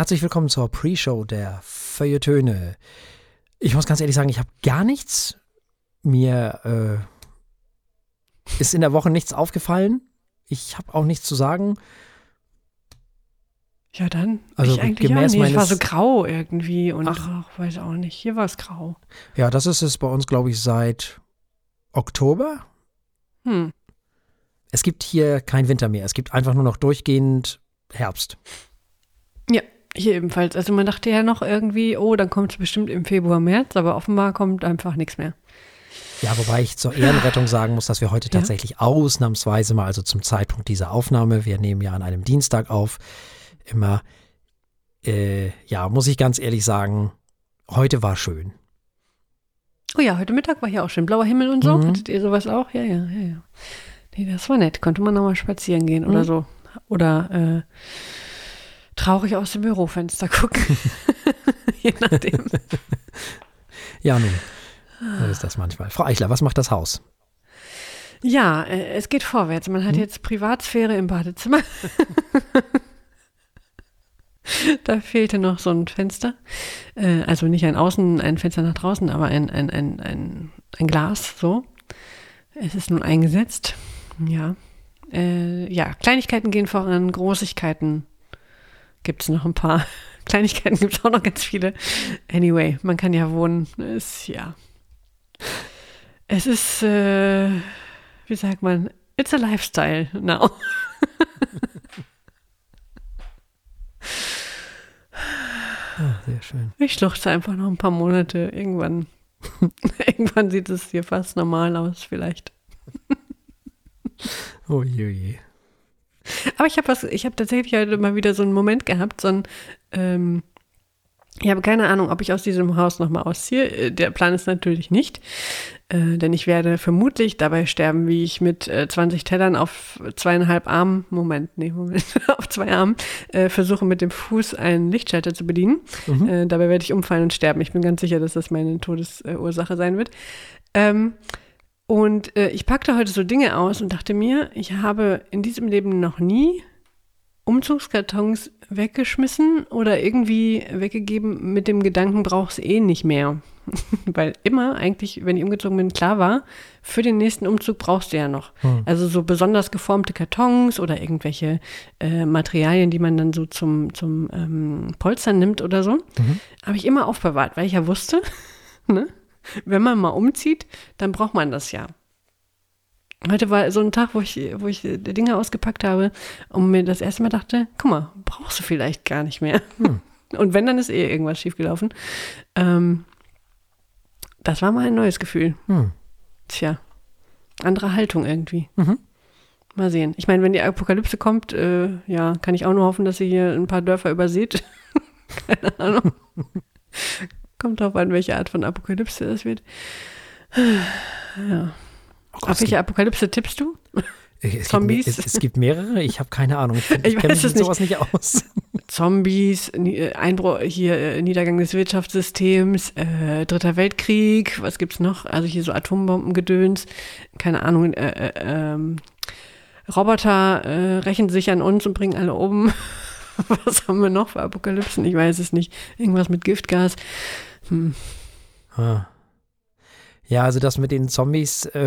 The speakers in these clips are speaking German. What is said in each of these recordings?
Herzlich willkommen zur Pre-Show der Feuilletöne. Ich muss ganz ehrlich sagen, ich habe gar nichts. Mir ist in der Woche nichts aufgefallen. Ich habe auch nichts zu sagen. Ja, dann. Also ich eigentlich gemäß auch nicht. Es war meines- so grau irgendwie und weiß auch nicht. Hier war es grau. Ja, das ist es bei uns, glaube ich, seit Oktober. Es gibt hier kein Winter mehr. Es gibt einfach nur noch durchgehend Herbst. Ja, hier ebenfalls. Also man dachte ja noch irgendwie, oh, dann kommt es bestimmt im Februar, März, aber offenbar kommt einfach nichts mehr. Ja, wobei ich zur Ehrenrettung sagen muss, dass wir heute tatsächlich ausnahmsweise mal, also zum Zeitpunkt dieser Aufnahme, wir nehmen ja an einem Dienstag auf, immer, muss ich ganz ehrlich sagen, heute war schön. Oh ja, heute Mittag war hier auch schön. Blauer Himmel und so. Hattet ihr sowas auch? Ja. Nee, das war nett. Konnte man nochmal spazieren gehen oder so. Oder traurig aus dem Bürofenster gucken. Je nachdem. Ja, nun, so ist das manchmal. Frau Eichler, was macht das Haus? Ja, es geht vorwärts. Man hat jetzt Privatsphäre im Badezimmer. Da fehlte noch so ein Fenster. Also nicht ein Fenster nach draußen, aber ein Glas, so. Es ist nun eingesetzt. Ja. Kleinigkeiten gehen voran, Großigkeiten gibt es noch ein paar. Kleinigkeiten gibt es auch noch ganz viele. Anyway, man kann ja wohnen. Es ist, wie sagt man, it's a lifestyle now. Sehr schön. Ich schluchze einfach noch ein paar Monate. Irgendwann sieht es hier fast normal aus, vielleicht. Oh je. Aber ich habe tatsächlich heute mal wieder so einen Moment gehabt, ich habe keine Ahnung, ob ich aus diesem Haus nochmal ausziehe. Der Plan ist natürlich nicht, denn ich werde vermutlich dabei sterben, wie ich mit 20 Tellern auf 2,5 Armen, auf 2 Armen, versuche mit dem Fuß einen Lichtschalter zu bedienen. Dabei werde ich umfallen und sterben. Ich bin ganz sicher, dass das meine Todesursache sein wird. Und ich packte heute so Dinge aus und dachte mir, ich habe in diesem Leben noch nie Umzugskartons weggeschmissen oder irgendwie weggegeben mit dem Gedanken, brauch's eh nicht mehr. Weil immer eigentlich, wenn ich umgezogen bin, klar war, für den nächsten Umzug brauchst du ja noch. Also so besonders geformte Kartons oder irgendwelche Materialien, die man dann so zum Polstern nimmt oder so, habe ich immer aufbewahrt, weil ich ja wusste, ne? Wenn man mal umzieht, dann braucht man das ja. Heute war so ein Tag, wo ich Dinge ausgepackt habe und mir das erste Mal dachte, guck mal, brauchst du vielleicht gar nicht mehr. Und wenn, dann ist eh irgendwas schiefgelaufen. Das war mal ein neues Gefühl. Tja, andere Haltung irgendwie. Mal sehen. Ich meine, wenn die Apokalypse kommt, kann ich auch nur hoffen, dass sie hier ein paar Dörfer übersieht. Keine Ahnung. Kommt drauf an, welche Art von Apokalypse es wird. Ja. Auf welche Apokalypse tippst du? Zombies? Es gibt mehrere, ich habe keine Ahnung. Ich kenne mich mit sowas nicht aus. Zombies, Einbruch, Niedergang des Wirtschaftssystems, Dritter Weltkrieg, was gibt's noch? Also hier so Atombombengedöns, keine Ahnung, Roboter rächen sich an uns und bringen alle um. Was haben wir noch für Apokalypsen? Ich weiß es nicht. Irgendwas mit Giftgas. Ja, also das mit den Zombies, da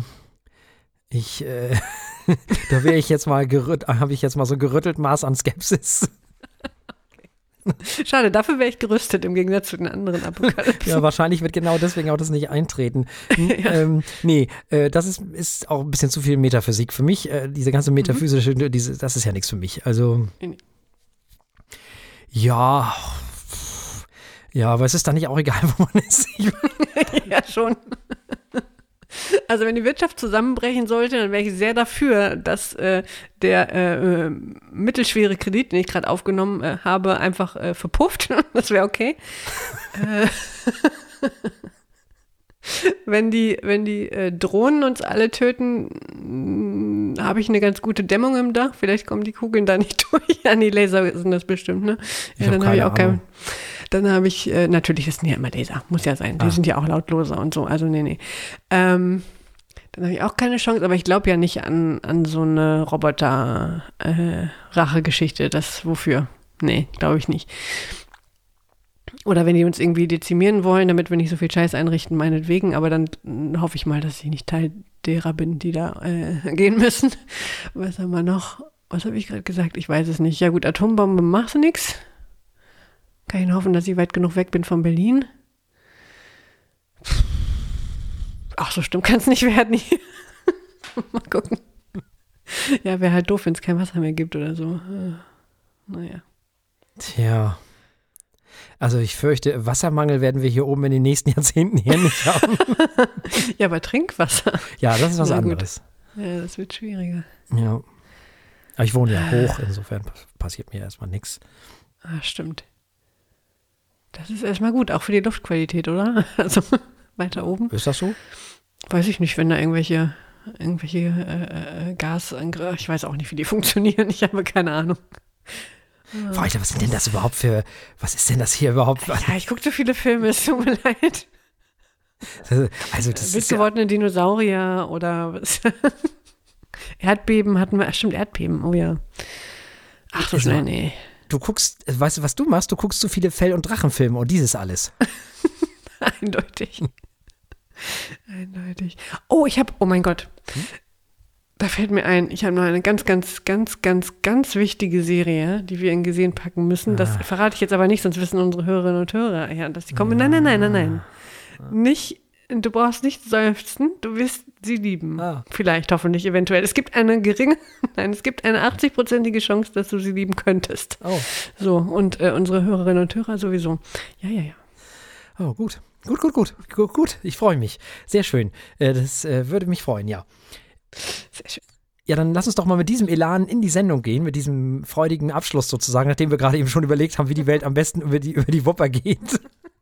wäre ich jetzt mal habe ich jetzt mal so gerüttelt Maß an Skepsis. Schade, dafür wäre ich gerüstet im Gegensatz zu den anderen Apokalypsen. Ja, wahrscheinlich wird genau deswegen auch das nicht eintreten. Das ist auch ein bisschen zu viel Metaphysik für mich. Diese ganze metaphysische, das ist ja nichts für mich. Also ja, aber es ist dann nicht auch egal, wo man ist. Ja, schon. Also wenn die Wirtschaft zusammenbrechen sollte, dann wäre ich sehr dafür, dass der mittelschwere Kredit, den ich gerade aufgenommen habe, einfach verpufft. Das wäre okay. Wenn die Drohnen uns alle töten, habe ich eine ganz gute Dämmung im Dach. Vielleicht kommen die Kugeln da nicht durch. Ja, die Laser sind das bestimmt, ne? Ja, dann habe ich auch keinen. Dann habe ich, natürlich, das sind ja immer Laser, muss ja sein. Die sind ja auch lautloser und so, also nee. Dann habe ich auch keine Chance, aber ich glaube ja nicht an so eine Roboter-Rache-Geschichte. Das wofür? Nee, glaube ich nicht. Oder wenn die uns irgendwie dezimieren wollen, damit wir nicht so viel Scheiß einrichten, meinetwegen. Aber dann hoffe ich mal, dass ich nicht Teil derer bin, die da gehen müssen. Was haben wir noch? Was habe ich gerade gesagt? Ich weiß es nicht. Ja gut, Atombombe machst du nix. Kann ich nur hoffen, dass ich weit genug weg bin von Berlin. Ach, so stimmt kann es nicht werden hier. Mal gucken. Ja, wäre halt doof, wenn es kein Wasser mehr gibt oder so. Naja. Tja. Also ich fürchte, Wassermangel werden wir hier oben in den nächsten Jahrzehnten hier nicht haben. Ja, aber Trinkwasser. Ja, das ist was Na gut. anderes. Ja, das wird schwieriger. Ja. Aber ich wohne ja hoch, insofern passiert mir erstmal nichts. Ah, stimmt. Das ist erstmal gut, auch für die Luftqualität, oder? Also weiter oben. Ist das so? Weiß ich nicht, wenn da irgendwelche Gas, ich weiß auch nicht, wie die funktionieren, ich habe keine Ahnung. Frau Eichler, was sind denn das überhaupt für, was ist denn das hier überhaupt? Ja, ich gucke so viele Filme, es tut mir leid. Also das ist Wildgewordene Dinosaurier oder was? Erdbeben hatten wir, stimmt, Erdbeben, oh ja. Ach so schnell, nee. Du guckst, weißt du, was du machst? Du guckst so viele Fell- und Drachenfilme und dieses alles. Eindeutig. Eindeutig. Oh, oh mein Gott. Da fällt mir ein, ich habe noch eine ganz, ganz, ganz, ganz, ganz wichtige Serie, die wir in Gesehen packen müssen. Das verrate ich jetzt aber nicht, sonst wissen unsere Hörerinnen und Hörer, ja, dass die kommen. Nein. Nicht, du brauchst nicht seufzen, du wirst sie lieben. Vielleicht, hoffentlich, eventuell. Es gibt eine 80-prozentige Chance, dass du sie lieben könntest. Oh. So, und unsere Hörerinnen und Hörer sowieso. Ja. Oh, gut. Gut. Ich freue mich. Sehr schön. Das würde mich freuen, ja. Sehr schön. Ja, dann lass uns doch mal mit diesem Elan in die Sendung gehen, mit diesem freudigen Abschluss sozusagen, nachdem wir gerade eben schon überlegt haben, wie die Welt am besten über die Wupper geht.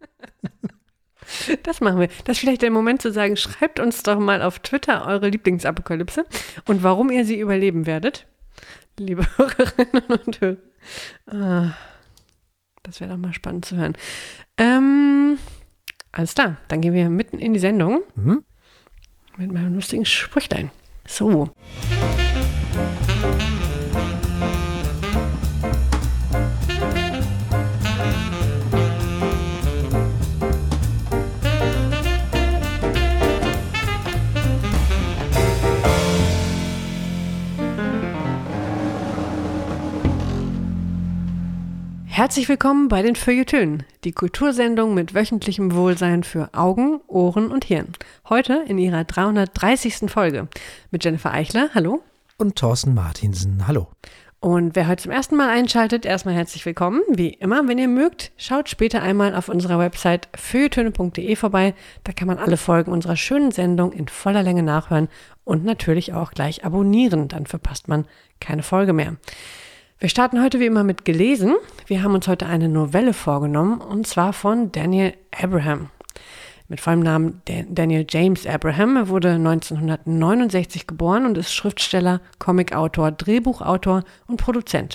Das machen wir. Das ist vielleicht der Moment zu sagen, schreibt uns doch mal auf Twitter eure Lieblingsapokalypse und warum ihr sie überleben werdet. Liebe Hörerinnen und Hörer. Das wäre doch mal spannend zu hören. Alles klar, dann gehen wir mitten in die Sendung mit meinem lustigen Sprüchlein. So. Herzlich willkommen bei den Feuilletönen, die Kultursendung mit wöchentlichem Wohlsein für Augen, Ohren und Hirn. Heute in ihrer 330. Folge mit Jennifer Eichler, hallo. Und Thorsten Martinsen, hallo. Und wer heute zum ersten Mal einschaltet, erstmal herzlich willkommen. Wie immer, wenn ihr mögt, schaut später einmal auf unserer Website feuilletöne.de vorbei. Da kann man alle Folgen unserer schönen Sendung in voller Länge nachhören und natürlich auch gleich abonnieren. Dann verpasst man keine Folge mehr. Wir starten heute wie immer mit gelesen. Wir haben uns heute eine Novelle vorgenommen und zwar von Daniel Abraham. Mit vollem Namen Daniel James Abraham. Er wurde 1969 geboren und ist Schriftsteller, Comicautor, Drehbuchautor und Produzent.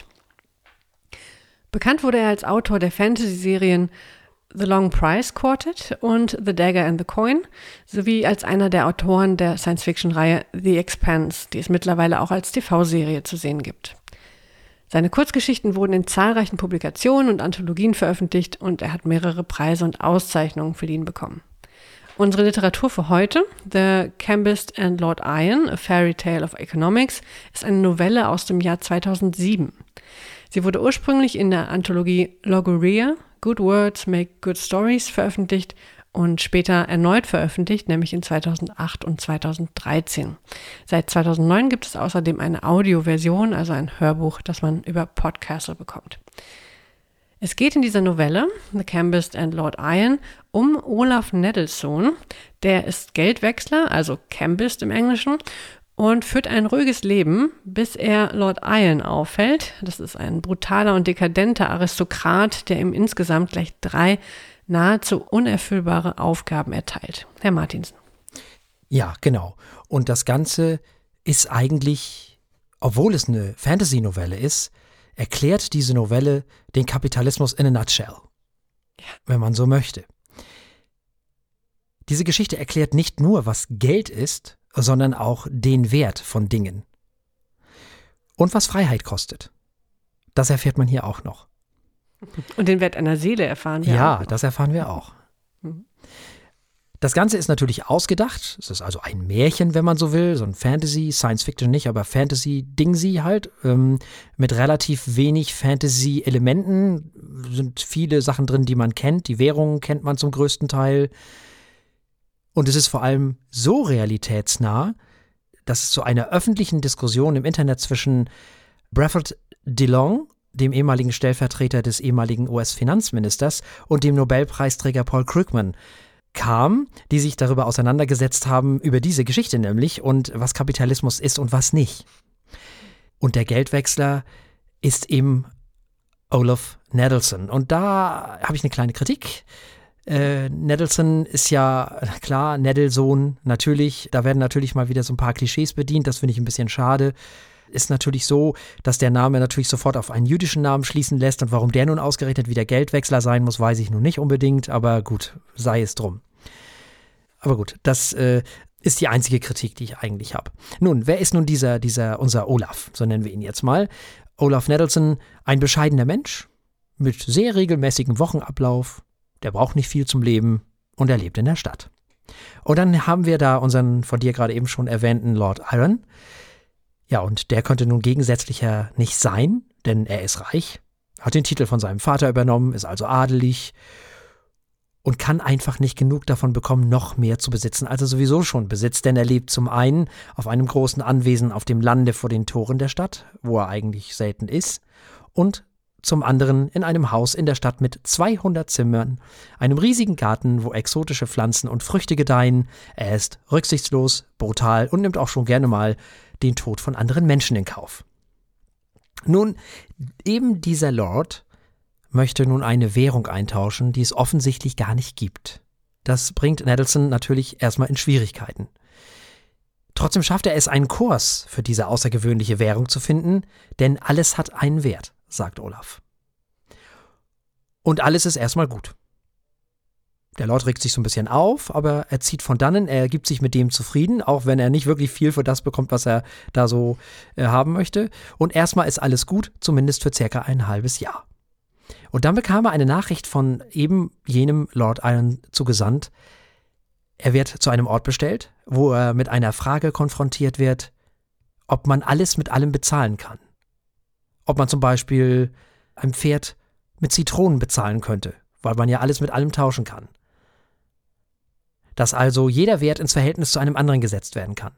Bekannt wurde er als Autor der Fantasy-Serien The Long Price Quartet und The Dagger and the Coin sowie als einer der Autoren der Science-Fiction-Reihe The Expanse, die es mittlerweile auch als TV-Serie zu sehen gibt. Seine Kurzgeschichten wurden in zahlreichen Publikationen und Anthologien veröffentlicht und er hat mehrere Preise und Auszeichnungen verliehen bekommen. Unsere Literatur für heute, The Cambist and Lord Iron, A Fairy Tale of Economics, ist eine Novelle aus dem Jahr 2007. Sie wurde ursprünglich in der Anthologie Logoria, Good Words Make Good Stories veröffentlicht und später erneut veröffentlicht, nämlich in 2008 und 2013. Seit 2009 gibt es außerdem eine Audioversion, also ein Hörbuch, das man über Podcastle bekommt. Es geht in dieser Novelle, The Cambist and Lord Iron, um Olaf Neddelssohn. Der ist Geldwechsler, also Cambist im Englischen, und führt ein ruhiges Leben, bis er Lord Iron auffällt. Das ist ein brutaler und dekadenter Aristokrat, der ihm insgesamt gleich 3 nahezu unerfüllbare Aufgaben erteilt. Herr Martinsen. Ja, genau. Und das Ganze ist eigentlich, obwohl es eine Fantasy-Novelle ist, erklärt diese Novelle den Kapitalismus in a nutshell. Ja. Wenn man so möchte. Diese Geschichte erklärt nicht nur, was Geld ist, sondern auch den Wert von Dingen. Und was Freiheit kostet. Das erfährt man hier auch noch. Und den Wert einer Seele erfahren wir auch. Ja, das erfahren wir auch. Das Ganze ist natürlich ausgedacht. Es ist also ein Märchen, wenn man so will. So ein Fantasy, Science Fiction nicht, aber Fantasy-Dingsi halt. Mit relativ wenig Fantasy-Elementen. Sind viele Sachen drin, die man kennt. Die Währungen kennt man zum größten Teil. Und es ist vor allem so realitätsnah, dass es zu einer öffentlichen Diskussion im Internet zwischen Bradford DeLong, dem ehemaligen Stellvertreter des ehemaligen US-Finanzministers, und dem Nobelpreisträger Paul Krugman kam, die sich darüber auseinandergesetzt haben, über diese Geschichte nämlich und was Kapitalismus ist und was nicht. Und der Geldwechsler ist eben Olaf Nedelson. Und da habe ich eine kleine Kritik. Nedelson ist ja, klar, Nedelsohn, natürlich, da werden natürlich mal wieder so ein paar Klischees bedient, das finde ich ein bisschen schade. Ist natürlich so, dass der Name natürlich sofort auf einen jüdischen Namen schließen lässt und warum der nun ausgerechnet wieder Geldwechsler sein muss, weiß ich nun nicht unbedingt, aber gut, sei es drum. Aber gut, das ist die einzige Kritik, die ich eigentlich habe. Nun, wer ist nun unser Olaf, so nennen wir ihn jetzt mal. Olaf Nedelson, ein bescheidener Mensch mit sehr regelmäßigem Wochenablauf, der braucht nicht viel zum Leben und er lebt in der Stadt. Und dann haben wir da unseren von dir gerade eben schon erwähnten Lord Iron. Ja, und der könnte nun gegensätzlicher nicht sein, denn er ist reich, hat den Titel von seinem Vater übernommen, ist also adelig und kann einfach nicht genug davon bekommen, noch mehr zu besitzen, als er sowieso schon besitzt, denn er lebt zum einen auf einem großen Anwesen auf dem Lande vor den Toren der Stadt, wo er eigentlich selten ist, und zum anderen in einem Haus in der Stadt mit 200 Zimmern, einem riesigen Garten, wo exotische Pflanzen und Früchte gedeihen. Er ist rücksichtslos, brutal und nimmt auch schon gerne mal den Tod von anderen Menschen in Kauf. Nun, eben dieser Lord möchte nun eine Währung eintauschen, die es offensichtlich gar nicht gibt. Das bringt Nedelson natürlich erstmal in Schwierigkeiten. Trotzdem schafft er es, einen Kurs für diese außergewöhnliche Währung zu finden, denn alles hat einen Wert, sagt Olaf. Und alles ist erstmal gut. Der Lord regt sich so ein bisschen auf, aber er zieht von dannen, er gibt sich mit dem zufrieden, auch wenn er nicht wirklich viel für das bekommt, was er da so haben möchte. Und erstmal ist alles gut, zumindest für circa ein halbes Jahr. Und dann bekam er eine Nachricht von eben jenem Lord Iron zugesandt. Er wird zu einem Ort bestellt, wo er mit einer Frage konfrontiert wird, ob man alles mit allem bezahlen kann. Ob man zum Beispiel ein Pferd mit Zitronen bezahlen könnte, weil man ja alles mit allem tauschen kann. Dass also jeder Wert ins Verhältnis zu einem anderen gesetzt werden kann.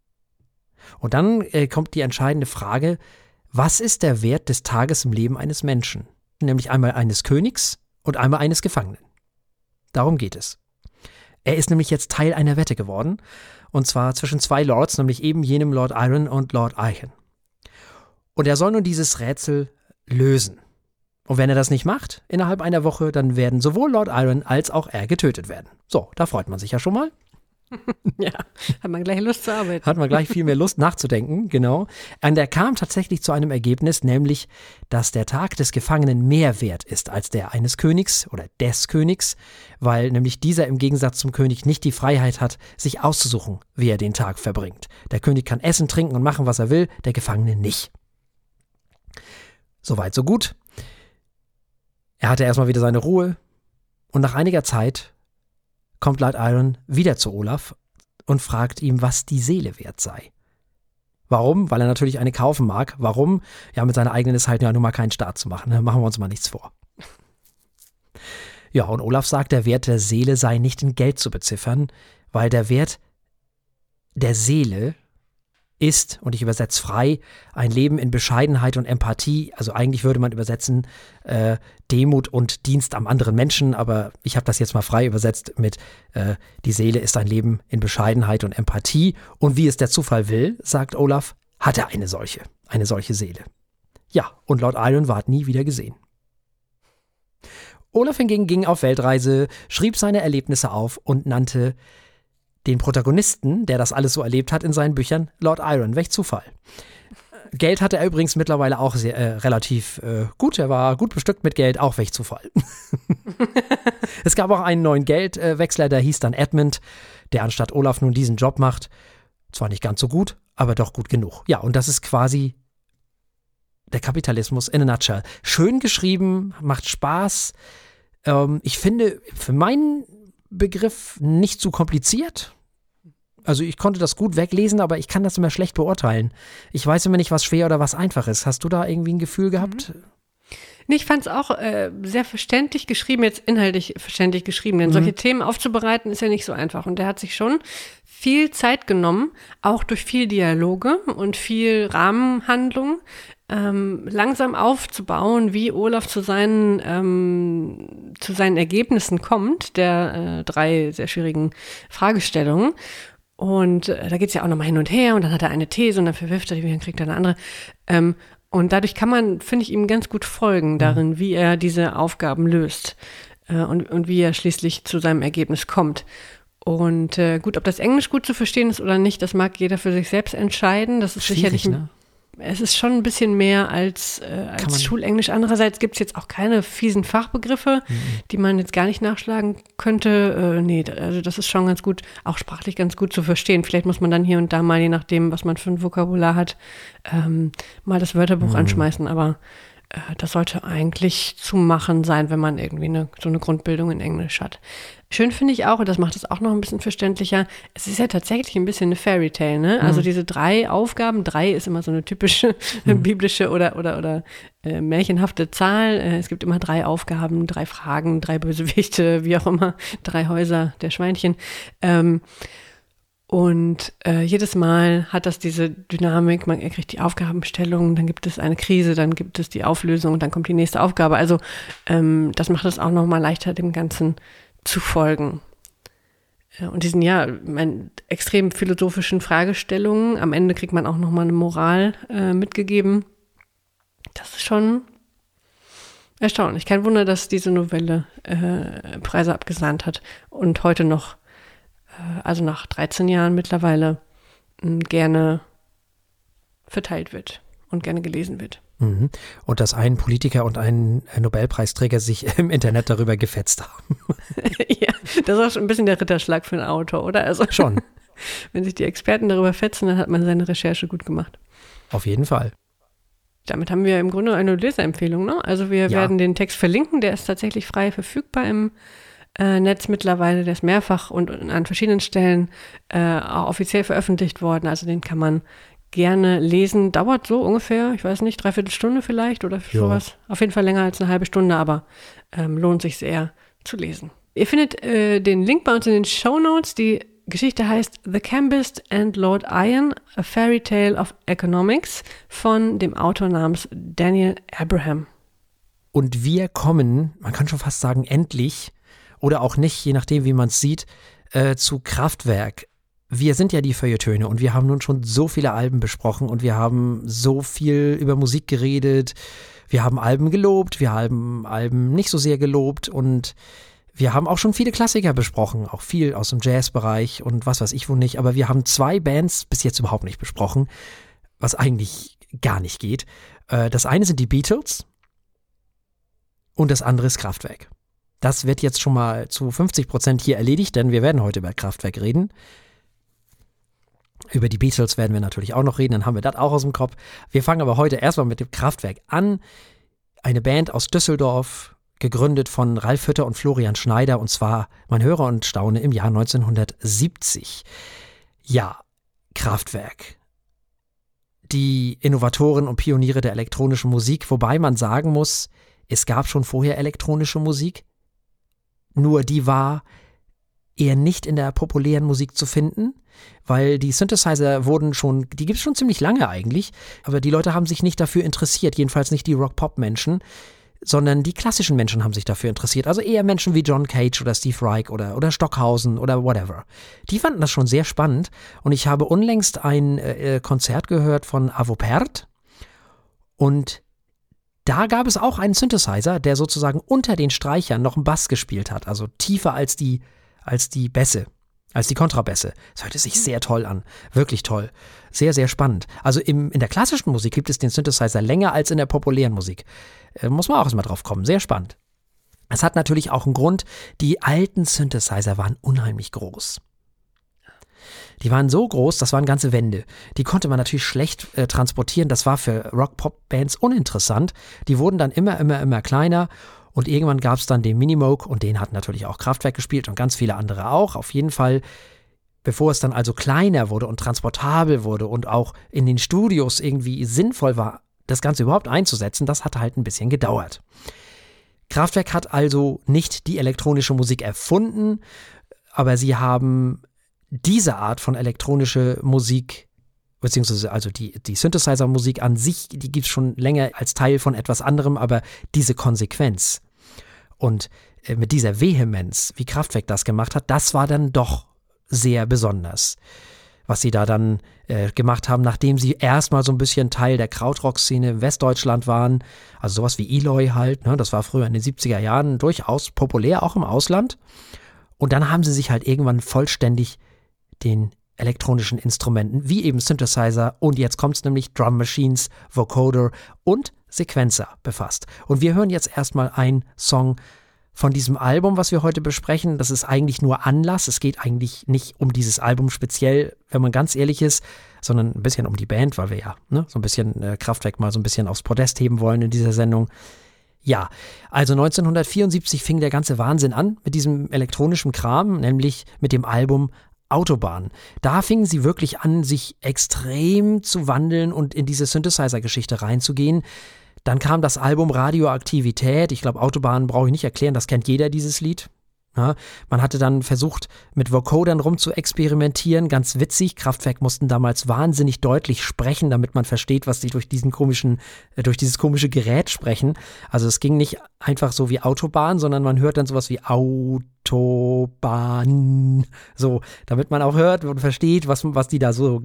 Und dann kommt die entscheidende Frage, was ist der Wert des Tages im Leben eines Menschen? Nämlich einmal eines Königs und einmal eines Gefangenen. Darum geht es. Er ist nämlich jetzt Teil einer Wette geworden, und zwar zwischen zwei Lords, nämlich eben jenem Lord Iron und Lord Eichen. Und er soll nun dieses Rätsel lösen. Und wenn er das nicht macht, innerhalb einer Woche, dann werden sowohl Lord Iron als auch er getötet werden. So, da freut man sich ja schon mal. Ja, hat man gleich Lust zu arbeiten. Hat man gleich viel mehr Lust nachzudenken, genau. Und er kam tatsächlich zu einem Ergebnis, nämlich, dass der Tag des Gefangenen mehr wert ist als der eines Königs oder des Königs, weil nämlich dieser im Gegensatz zum König nicht die Freiheit hat, sich auszusuchen, wie er den Tag verbringt. Der König kann essen, trinken und machen, was er will, der Gefangene nicht. Soweit, so gut. Er hatte erstmal wieder seine Ruhe und nach einiger Zeit kommt Lord Iron wieder zu Olaf und fragt ihm, was die Seele wert sei. Warum? Weil er natürlich eine kaufen mag. Warum? Ja, mit seiner eigenen ist halt ja nun mal keinen Staat zu machen. Ne? Machen wir uns mal nichts vor. Ja, und Olaf sagt, der Wert der Seele sei nicht in Geld zu beziffern, weil der Wert der Seele ist, und ich übersetze frei, ein Leben in Bescheidenheit und Empathie. Also eigentlich würde man übersetzen Demut und Dienst am anderen Menschen, aber ich habe das jetzt mal frei übersetzt mit die Seele ist ein Leben in Bescheidenheit und Empathie. Und wie es der Zufall will, sagt Olaf, hat er eine solche Seele. Ja, und Lord Iron ward nie wieder gesehen. Olaf hingegen ging auf Weltreise, schrieb seine Erlebnisse auf und nannte den Protagonisten, der das alles so erlebt hat, in seinen Büchern Lord Iron. Welch Zufall. Geld hatte er übrigens mittlerweile auch relativ gut. Er war gut bestückt mit Geld, auch welch Zufall. Es gab auch einen neuen Geldwechsler, der hieß dann Edmund, der anstatt Olaf nun diesen Job macht. Zwar nicht ganz so gut, aber doch gut genug. Ja, und das ist quasi der Kapitalismus in a nutshell. Schön geschrieben, macht Spaß. Ich finde, für meinen Begriff nicht zu kompliziert. Also ich konnte das gut weglesen, aber ich kann das immer schlecht beurteilen. Ich weiß immer nicht, was schwer oder was einfach ist. Hast du da irgendwie ein Gefühl gehabt? Nee, ich fand es auch sehr verständlich geschrieben, jetzt inhaltlich verständlich geschrieben, denn solche Themen aufzubereiten ist ja nicht so einfach. Und der hat sich schon viel Zeit genommen, auch durch viel Dialoge und viel Rahmenhandlung, langsam aufzubauen, wie Olaf zu seinen Ergebnissen kommt, der 3 sehr schwierigen Fragestellungen. Und da geht es ja auch nochmal hin und her und dann hat er eine These und dann verwirft er die, dann kriegt er eine andere. Und dadurch kann man, finde ich, ihm ganz gut folgen darin, wie er diese Aufgaben löst und wie er schließlich zu seinem Ergebnis kommt. Und gut, ob das Englisch gut zu verstehen ist oder nicht, das mag jeder für sich selbst entscheiden. Das ist sicherlich, ne? Es ist schon ein bisschen mehr als Schulenglisch. Andererseits gibt es jetzt auch keine fiesen Fachbegriffe, die man jetzt gar nicht nachschlagen könnte. Nee, also das ist schon ganz gut, auch sprachlich ganz gut zu verstehen. Vielleicht muss man dann hier und da mal, je nachdem, was man für ein Vokabular hat, mal das Wörterbuch anschmeißen. Aber das sollte eigentlich zu machen sein, wenn man irgendwie so eine Grundbildung in Englisch hat. Schön finde ich auch, und das macht es auch noch ein bisschen verständlicher, es ist ja tatsächlich ein bisschen eine Fairy Tale, ne? Also diese 3 Aufgaben, 3 ist immer so eine typische biblische oder märchenhafte Zahl. Es gibt immer 3 Aufgaben, 3 Fragen, 3 Bösewichte, wie auch immer, 3 Häuser der Schweinchen. Und jedes Mal hat das diese Dynamik, er kriegt die Aufgabenstellung, dann gibt es eine Krise, dann gibt es die Auflösung und dann kommt die nächste Aufgabe. Also das macht es auch nochmal leichter, dem Ganzen zu folgen. Und diesen, extrem philosophischen Fragestellungen, am Ende kriegt man auch nochmal eine Moral mitgegeben. Das ist schon erstaunlich. Kein Wunder, dass diese Novelle Preise abgesahnt hat und heute noch, also nach 13 Jahren mittlerweile, gerne verteilt wird und gerne gelesen wird. Und dass ein Politiker und ein Nobelpreisträger sich im Internet darüber gefetzt haben. Ja, das ist auch schon ein bisschen der Ritterschlag für einen Autor, oder? Also, schon. Wenn sich die Experten darüber fetzen, dann hat man seine Recherche gut gemacht. Auf jeden Fall. Damit haben wir im Grunde eine Leserempfehlung, ne? Also wir werden den Text verlinken, der ist tatsächlich frei verfügbar im Netz mittlerweile, der ist mehrfach und an verschiedenen Stellen auch offiziell veröffentlicht worden, also den kann man gerne lesen. Dauert so ungefähr, ich weiß nicht, 3/4 Stunde vielleicht oder sowas. Auf jeden Fall länger als eine halbe Stunde, aber lohnt sich sehr zu lesen. Ihr findet den Link bei uns in den Shownotes. Die Geschichte heißt The Cambist and Lord Iron, A Fairy Tale of Economics von dem Autor namens Daniel Abraham. Und wir kommen, man kann schon fast sagen, endlich oder auch nicht, je nachdem, wie man es sieht, zu Kraftwerk. Wir sind ja die Feuilletöne und wir haben nun schon so viele Alben besprochen und wir haben so viel über Musik geredet. Wir haben Alben gelobt, wir haben Alben nicht so sehr gelobt und wir haben auch schon viele Klassiker besprochen, auch viel aus dem Jazzbereich und was weiß ich wo nicht. Aber wir haben 2 Bands bis jetzt überhaupt nicht besprochen, was eigentlich gar nicht geht. Das eine sind die Beatles und das andere ist Kraftwerk. Das wird jetzt schon mal zu 50% hier erledigt, denn wir werden heute über Kraftwerk reden. Über die Beatles werden wir natürlich auch noch reden, dann haben wir das auch aus dem Kopf. Wir fangen aber heute erstmal mit dem Kraftwerk an. Eine Band aus Düsseldorf, gegründet von Ralf Hütter und Florian Schneider, und zwar, man höre und staune, im Jahr 1970. Ja, Kraftwerk. Die Innovatoren und Pioniere der elektronischen Musik, wobei man sagen muss, es gab schon vorher elektronische Musik, nur die war eher nicht in der populären Musik zu finden, weil die Synthesizer die gibt es schon ziemlich lange eigentlich, aber die Leute haben sich nicht dafür interessiert, jedenfalls nicht die Rock-Pop-Menschen, sondern die klassischen Menschen haben sich dafür interessiert, also eher Menschen wie John Cage oder Steve Reich oder Stockhausen oder whatever. Die fanden das schon sehr spannend und ich habe unlängst ein Konzert gehört von Arvo Pärt und da gab es auch einen Synthesizer, der sozusagen unter den Streichern noch einen Bass gespielt hat, also tiefer als die Bässe, als die Kontrabässe. Das hörte sich sehr toll an, wirklich toll, sehr, sehr spannend. Also in der klassischen Musik gibt es den Synthesizer länger als in der populären Musik. Muss man auch erstmal drauf kommen, sehr spannend. Es hat natürlich auch einen Grund, die alten Synthesizer waren unheimlich groß. Die waren so groß, das waren ganze Wände. Die konnte man natürlich schlecht transportieren. Das war für Rock-Pop-Bands uninteressant. Die wurden dann immer kleiner. Und irgendwann gab es dann den Minimoog und den hat natürlich auch Kraftwerk gespielt und ganz viele andere auch. Auf jeden Fall, bevor es dann also kleiner wurde und transportabel wurde und auch in den Studios irgendwie sinnvoll war, das Ganze überhaupt einzusetzen, das hat halt ein bisschen gedauert. Kraftwerk hat also nicht die elektronische Musik erfunden, aber sie haben diese Art von elektronische Musik, beziehungsweise also die Synthesizer-Musik an sich, die gibt es schon länger als Teil von etwas anderem, aber diese Konsequenz und mit dieser Vehemenz, wie Kraftwerk das gemacht hat, das war dann doch sehr besonders. Was sie da dann gemacht haben, nachdem sie erstmal so ein bisschen Teil der Krautrock-Szene in Westdeutschland waren, also sowas wie Eloy halt, ne, das war früher in den 70er Jahren durchaus populär, auch im Ausland. Und dann haben sie sich halt irgendwann vollständig den elektronischen Instrumenten, wie eben Synthesizer und jetzt kommt es nämlich Drum Machines, Vocoder und Sequencer befasst. Und wir hören jetzt erstmal einen Song von diesem Album, was wir heute besprechen. Das ist eigentlich nur Anlass. Es geht eigentlich nicht um dieses Album speziell, wenn man ganz ehrlich ist, sondern ein bisschen um die Band, weil wir ja so ein bisschen Kraftwerk mal so ein bisschen aufs Podest heben wollen in dieser Sendung. Ja, also 1974 fing der ganze Wahnsinn an mit diesem elektronischen Kram, nämlich mit dem Album Autobahn. Da fingen sie wirklich an, sich extrem zu wandeln und in diese Synthesizer-Geschichte reinzugehen. Dann kam das Album Radioaktivität. Ich glaube, Autobahn brauche ich nicht erklären, das kennt jeder, dieses Lied. Ja, man hatte dann versucht, mit Vocodern rum zu experimentieren, ganz witzig. Kraftwerk mussten damals wahnsinnig deutlich sprechen, damit man versteht, was sie durch dieses komische Gerät sprechen. Also es ging nicht einfach so wie Autobahn, sondern man hört dann sowas wie Autobahn, so, damit man auch hört und versteht, was die da so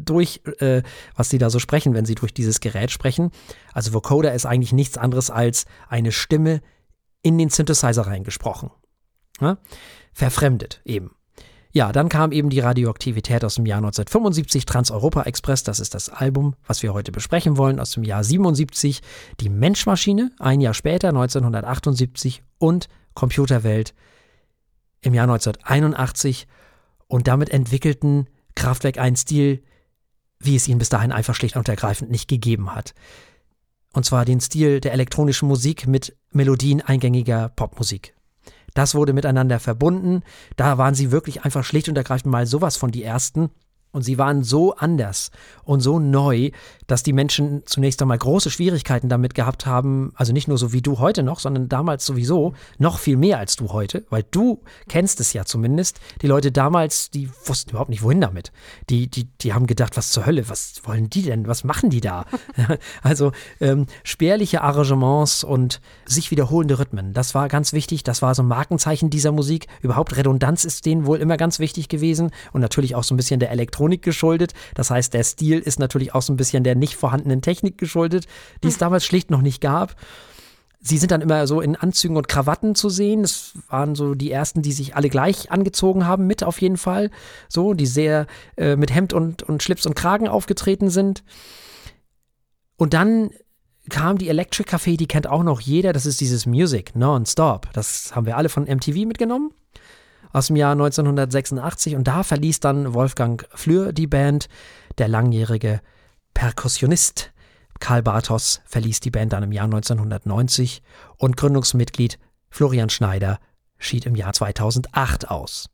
sprechen, wenn sie durch dieses Gerät sprechen. Also Vocoder ist eigentlich nichts anderes als eine Stimme in den Synthesizer reingesprochen. Ja, verfremdet eben. Ja, dann kam eben die Radioaktivität aus dem Jahr 1975, Trans-Europa-Express, das ist das Album, was wir heute besprechen wollen, aus dem Jahr 77, die Menschmaschine, ein Jahr später, 1978 und Computerwelt im Jahr 1981 und damit entwickelten Kraftwerk einen Stil, wie es ihnen bis dahin einfach schlicht und ergreifend nicht gegeben hat. Und zwar den Stil der elektronischen Musik mit Melodien eingängiger Popmusik. Das wurde miteinander verbunden. Da waren sie wirklich einfach schlicht und ergreifend mal sowas von die Ersten. Und sie waren so anders und so neu, dass die Menschen zunächst einmal große Schwierigkeiten damit gehabt haben, also nicht nur so wie du heute noch, sondern damals sowieso noch viel mehr als du heute, weil du kennst es ja zumindest. Die Leute damals, die wussten überhaupt nicht, wohin damit. Die haben gedacht, was zur Hölle, was wollen die denn, was machen die da? Also spärliche Arrangements und sich wiederholende Rhythmen, das war ganz wichtig, das war so ein Markenzeichen dieser Musik. Überhaupt Redundanz ist denen wohl immer ganz wichtig gewesen und natürlich auch so ein bisschen der Elektronik geschuldet. Das heißt, der Stil ist natürlich auch so ein bisschen der nicht vorhandenen Technik geschuldet, die es damals schlicht noch nicht gab. Sie sind dann immer so in Anzügen und Krawatten zu sehen. Das waren so die ersten, die sich alle gleich angezogen haben, mit auf jeden Fall. So, die sehr mit Hemd und Schlips und Kragen aufgetreten sind. Und dann kam die Electric Café, die kennt auch noch jeder. Das ist dieses Music Non-Stop. Das haben wir alle von MTV mitgenommen. Aus dem Jahr 1986 und da verließ dann Wolfgang Flür die Band. Der langjährige Perkussionist Karl Bartos verließ die Band dann im Jahr 1990 und Gründungsmitglied Florian Schneider schied im Jahr 2008 aus.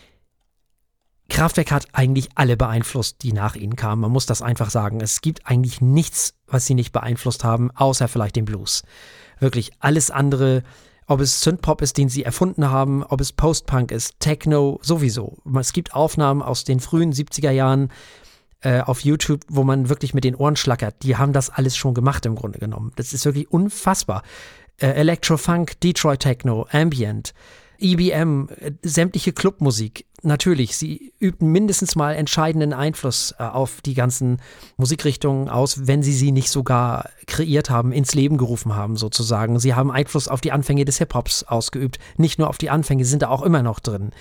Kraftwerk hat eigentlich alle beeinflusst, die nach ihnen kamen. Man muss das einfach sagen. Es gibt eigentlich nichts, was sie nicht beeinflusst haben, außer vielleicht den Blues. Wirklich alles andere. Ob es Synthpop ist, den sie erfunden haben, ob es Post-Punk ist, Techno, sowieso. Es gibt Aufnahmen aus den frühen 70er Jahren auf YouTube, wo man wirklich mit den Ohren schlackert. Die haben das alles schon gemacht im Grunde genommen. Das ist wirklich unfassbar. Electro-Funk, Detroit Techno, Ambient, EBM, sämtliche Clubmusik. Natürlich, sie übten mindestens mal entscheidenden Einfluss auf die ganzen Musikrichtungen aus, wenn sie nicht sogar kreiert haben, ins Leben gerufen haben sozusagen. Sie haben Einfluss auf die Anfänge des Hip-Hops ausgeübt. Nicht nur auf die Anfänge, sie sind da auch immer noch drin.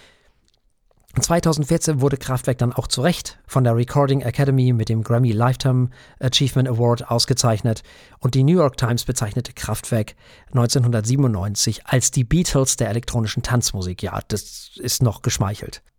2014 wurde Kraftwerk dann auch zu Recht von der Recording Academy mit dem Grammy Lifetime Achievement Award ausgezeichnet und die New York Times bezeichnete Kraftwerk 1997 als die Beatles der elektronischen Tanzmusik. Ja, das ist noch geschmeichelt.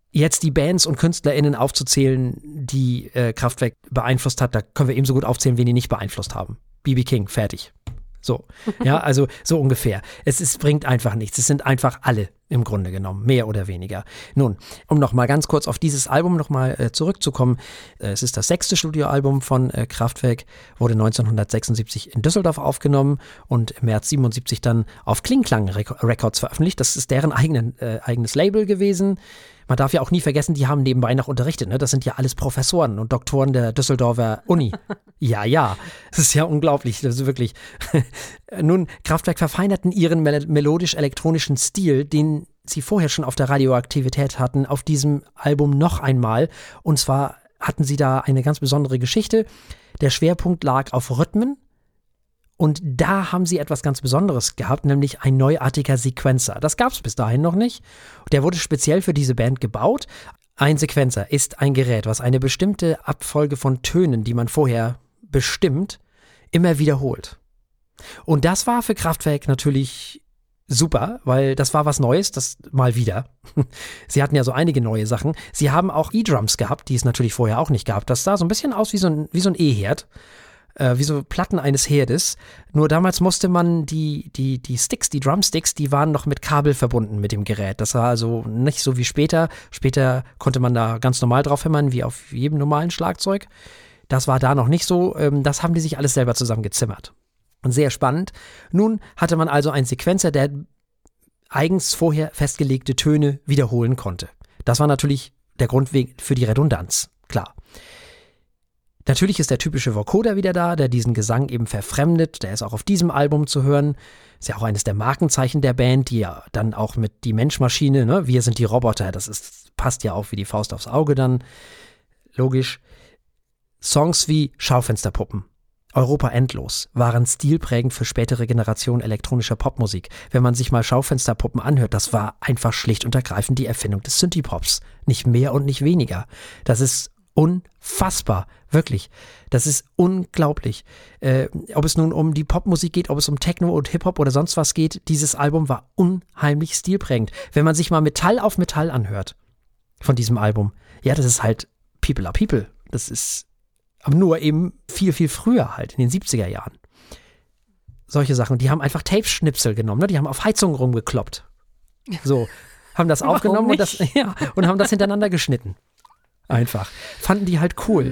jetzt die Bands und KünstlerInnen aufzuzählen, die Kraftwerk beeinflusst hat, da können wir ebenso gut aufzählen, wen die nicht beeinflusst haben. B.B. King, fertig. So, ja, also so ungefähr. Es bringt einfach nichts. Es sind einfach alle im Grunde genommen, mehr oder weniger. Nun, um nochmal ganz kurz auf dieses Album nochmal zurückzukommen. Es ist das 6. Studioalbum von Kraftwerk, wurde 1976 in Düsseldorf aufgenommen und im März 77 dann auf Klingklang Records veröffentlicht. Das ist deren eigenes Label gewesen. Man darf ja auch nie vergessen, die haben nebenbei noch unterrichtet. Ne? Das sind ja alles Professoren und Doktoren der Düsseldorfer Uni. Ja, das ist ja unglaublich, das ist wirklich. Nun, Kraftwerk verfeinerten ihren melodisch-elektronischen Stil, den sie vorher schon auf der Radioaktivität hatten, auf diesem Album noch einmal. Und zwar hatten sie da eine ganz besondere Geschichte. Der Schwerpunkt lag auf Rhythmen. Und da haben sie etwas ganz Besonderes gehabt, nämlich ein neuartiger Sequencer. Das gab es bis dahin noch nicht. Der wurde speziell für diese Band gebaut. Ein Sequencer ist ein Gerät, was eine bestimmte Abfolge von Tönen, die man vorher bestimmt, immer wiederholt. Und das war für Kraftwerk natürlich super, weil das war was Neues, das mal wieder. Sie hatten ja so einige neue Sachen. Sie haben auch E-Drums gehabt, die es natürlich vorher auch nicht gab. Das sah so ein bisschen aus wie so ein E-Herd. Wie so Platten eines Herdes. Nur damals musste man die Sticks, die Drumsticks, die waren noch mit Kabel verbunden mit dem Gerät. Das war also nicht so wie später. Später konnte man da ganz normal drauf hämmern, wie auf jedem normalen Schlagzeug. Das war da noch nicht so. Das haben die sich alles selber zusammengezimmert. Und sehr spannend. Nun hatte man also einen Sequencer, der eigens vorher festgelegte Töne wiederholen konnte. Das war natürlich der Grund für die Redundanz, klar. Natürlich ist der typische Vocoder wieder da, der diesen Gesang eben verfremdet. Der ist auch auf diesem Album zu hören. Ist ja auch eines der Markenzeichen der Band, die ja dann auch mit die Menschmaschine, ne, wir sind die Roboter, passt ja auch wie die Faust aufs Auge dann. Logisch. Songs wie Schaufensterpuppen, Europa endlos waren stilprägend für spätere Generationen elektronischer Popmusik. Wenn man sich mal Schaufensterpuppen anhört, das war einfach schlicht und ergreifend die Erfindung des Synthie-Pops. Nicht mehr und nicht weniger. Das ist unfassbar, wirklich. Das ist unglaublich. Ob es nun um die Popmusik geht, ob es um Techno und Hip-Hop oder sonst was geht, dieses Album war unheimlich stilprägend. Wenn man sich mal Metall auf Metall anhört von diesem Album, ja, das ist halt People are People. Das ist aber nur eben viel, viel früher halt, in den 70er Jahren. Solche Sachen. Die haben einfach Tape-Schnipsel genommen, ne? Die haben auf Heizungen rumgekloppt. So, haben das aufgenommen und haben das hintereinander geschnitten. Einfach. Fanden die halt cool.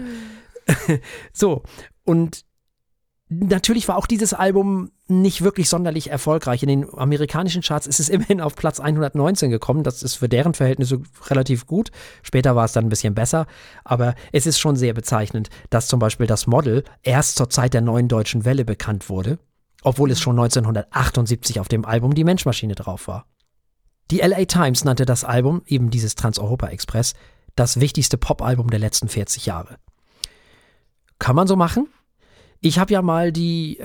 So, und natürlich war auch dieses Album nicht wirklich sonderlich erfolgreich. In den amerikanischen Charts ist es immerhin auf Platz 119 gekommen. Das ist für deren Verhältnisse relativ gut. Später war es dann ein bisschen besser. Aber es ist schon sehr bezeichnend, dass zum Beispiel das Model erst zur Zeit der Neuen Deutschen Welle bekannt wurde, obwohl es schon 1978 auf dem Album Die Menschmaschine drauf war. Die LA Times nannte das Album, eben dieses Trans-Europa-Express, das wichtigste Pop-Album der letzten 40 Jahre. Kann man so machen? Ich habe ja mal die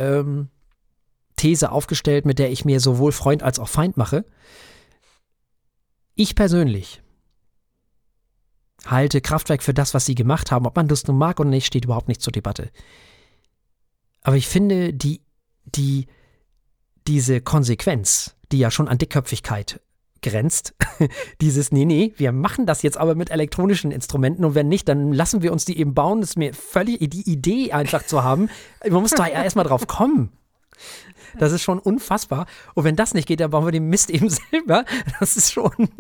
These aufgestellt, mit der ich mir sowohl Freund als auch Feind mache. Ich persönlich halte Kraftwerk für das, was sie gemacht haben. Ob man das nun mag oder nicht, steht überhaupt nicht zur Debatte. Aber ich finde, diese Konsequenz, die ja schon an Dickköpfigkeit grenzt, dieses, nee, wir machen das jetzt aber mit elektronischen Instrumenten und wenn nicht, dann lassen wir uns die eben bauen. Das ist mir völlig die Idee einfach zu haben. Man muss da ja erstmal drauf kommen. Das ist schon unfassbar. Und wenn das nicht geht, dann bauen wir den Mist eben selber. Das ist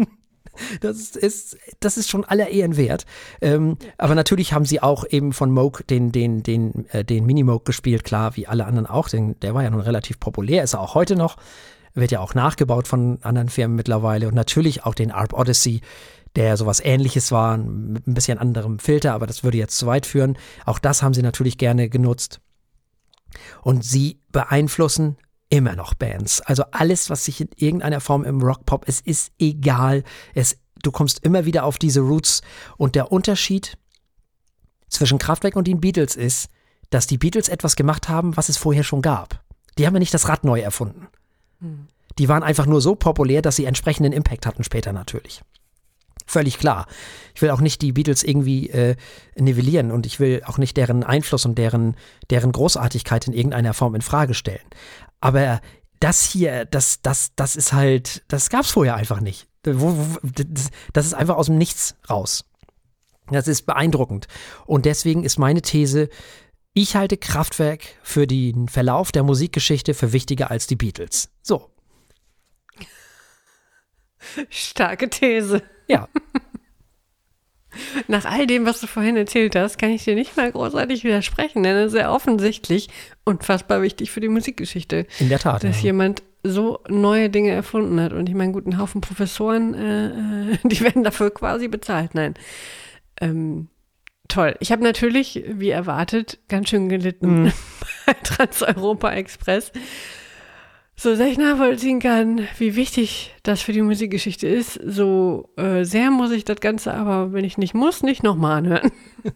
schon aller Ehren wert. Aber natürlich haben sie auch eben von Moog den Mini-Moog gespielt, klar, wie alle anderen auch. Der war ja nun relativ populär, ist er auch heute noch. Wird ja auch nachgebaut von anderen Firmen mittlerweile. Und natürlich auch den ARP Odyssey, der sowas Ähnliches war, mit ein bisschen anderem Filter, aber das würde jetzt zu weit führen. Auch das haben sie natürlich gerne genutzt. Und sie beeinflussen immer noch Bands. Also alles, was sich in irgendeiner Form im Rock-Pop, es ist egal. Du kommst immer wieder auf diese Roots. Und der Unterschied zwischen Kraftwerk und den Beatles ist, dass die Beatles etwas gemacht haben, was es vorher schon gab. Die haben ja nicht das Rad neu erfunden. Die waren einfach nur so populär, dass sie entsprechenden Impact hatten später natürlich. Völlig klar. Ich will auch nicht die Beatles irgendwie nivellieren und ich will auch nicht deren Einfluss und deren Großartigkeit in irgendeiner Form in Frage stellen. Aber das hier, das ist halt, das gab's vorher einfach nicht. Das ist einfach aus dem Nichts raus. Das ist beeindruckend. Und deswegen ist meine These, ich halte Kraftwerk für den Verlauf der Musikgeschichte für wichtiger als die Beatles. So. Starke These. Ja. Nach all dem, was du vorhin erzählt hast, kann ich dir nicht mal großartig widersprechen, denn es ist ja offensichtlich unfassbar wichtig für die Musikgeschichte. In der Tat. Dass jemand so neue Dinge erfunden hat. Und ich meine, gut, einen Haufen Professoren, die werden dafür quasi bezahlt. Nein. Toll. Ich habe natürlich, wie erwartet, ganz schön gelitten bei Trans-Europa Express. So sehr ich nachvollziehen kann, wie wichtig das für die Musikgeschichte ist, so sehr muss ich das Ganze aber, wenn ich nicht muss, nicht nochmal anhören.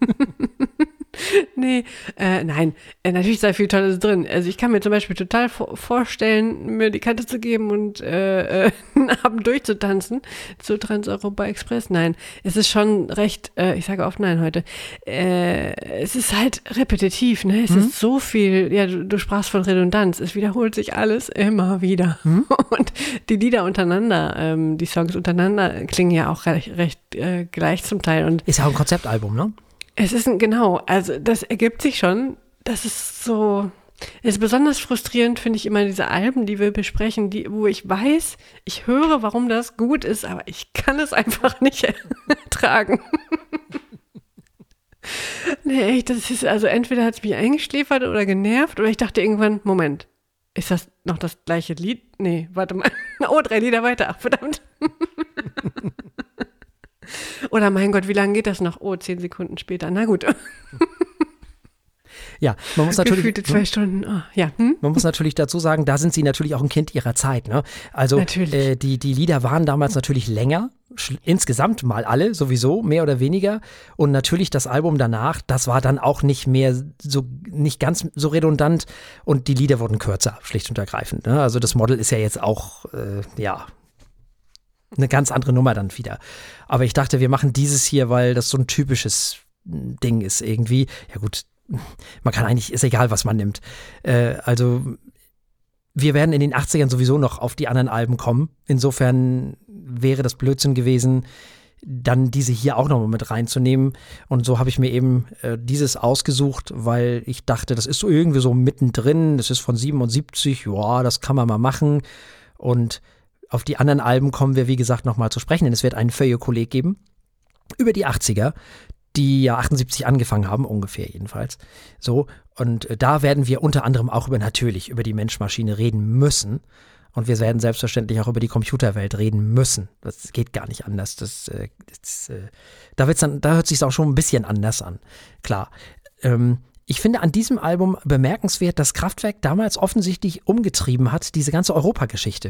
Nee, nein, natürlich ist da viel Tolles drin. Also ich kann mir zum Beispiel total vorstellen, mir die Kante zu geben und einen Abend durchzutanzen zu Trans-Europa Express. Nein, es ist schon recht, ich sage oft nein heute, es ist halt repetitiv, ne? Es ist so viel, ja, du sprachst von Redundanz, es wiederholt sich alles immer wieder. Und die Lieder untereinander, die Songs untereinander klingen ja auch recht gleich zum Teil. Und ist ja auch ein Konzeptalbum, ne? Es ist genau, also das ergibt sich schon, das ist so, es ist besonders frustrierend, finde ich immer diese Alben, die wir besprechen, wo ich weiß, ich höre, warum das gut ist, aber ich kann es einfach nicht ertragen. Nee, echt, das ist, also entweder hat es mich eingeschläfert oder genervt oder ich dachte irgendwann, Moment, ist das noch das gleiche Lied? Nee, warte mal, oh, 3 Lieder weiter, ach verdammt. Oder mein Gott, wie lange geht das noch? Oh, 10 Sekunden später. Na gut. Ja, man muss natürlich. Gefühlte 2 Stunden. Oh, ja. Man muss natürlich dazu sagen, da sind sie natürlich auch ein Kind ihrer Zeit. Ne? Also die Lieder waren damals natürlich länger, insgesamt mal alle sowieso, mehr oder weniger. Und natürlich das Album danach, das war dann auch nicht mehr so, nicht ganz so redundant und die Lieder wurden kürzer, schlicht und ergreifend. Ne? Also das Model ist ja jetzt auch, eine ganz andere Nummer dann wieder. Aber ich dachte, wir machen dieses hier, weil das so ein typisches Ding ist irgendwie. Ja gut, man kann eigentlich, ist egal, was man nimmt. Also wir werden in den 80ern sowieso noch auf die anderen Alben kommen. Insofern wäre das Blödsinn gewesen, dann diese hier auch nochmal mit reinzunehmen. Und so habe ich mir eben dieses ausgesucht, weil ich dachte, das ist so irgendwie so mittendrin. Das ist von 77, ja, das kann man mal machen. Und auf die anderen Alben kommen wir, wie gesagt, nochmal zu sprechen, denn es wird einen Feuilleton-Kolleg geben über die 80er, die ja 78 angefangen haben, ungefähr jedenfalls. So, und da werden wir unter anderem auch über die Mensch-Maschine reden müssen. Und wir werden selbstverständlich auch über die Computerwelt reden müssen. Das geht gar nicht anders. Da hört es sich auch schon ein bisschen anders an. Klar. Ich finde an diesem Album bemerkenswert, dass Kraftwerk damals offensichtlich umgetrieben hat, diese ganze Europageschichte.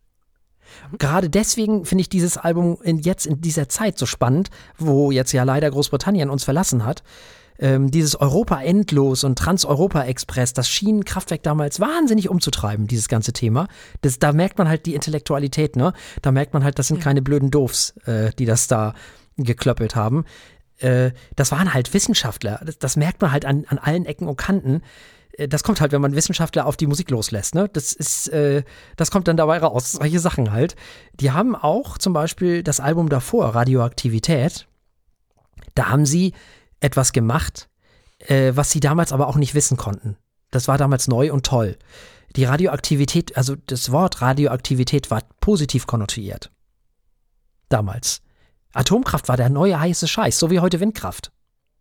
Gerade deswegen finde ich dieses Album jetzt in dieser Zeit so spannend, wo jetzt ja leider Großbritannien uns verlassen hat. Dieses Europa endlos und Trans-Europa Express, das schien Kraftwerk damals wahnsinnig umzutreiben, dieses ganze Thema. Da merkt man halt die Intellektualität, ne? Da merkt man halt, das sind keine blöden Doofs, die das da geklöppelt haben. Das waren halt Wissenschaftler. Das merkt man halt an allen Ecken und Kanten. Das kommt halt, wenn man Wissenschaftler auf die Musik loslässt, ne? Das kommt dann dabei raus, solche Sachen halt. Die haben auch zum Beispiel das Album davor, Radioaktivität, da haben sie etwas gemacht, was sie damals aber auch nicht wissen konnten. Das war damals neu und toll. Die Radioaktivität, also das Wort Radioaktivität war positiv konnotiert. Damals. Atomkraft war der neue heiße Scheiß, so wie heute Windkraft.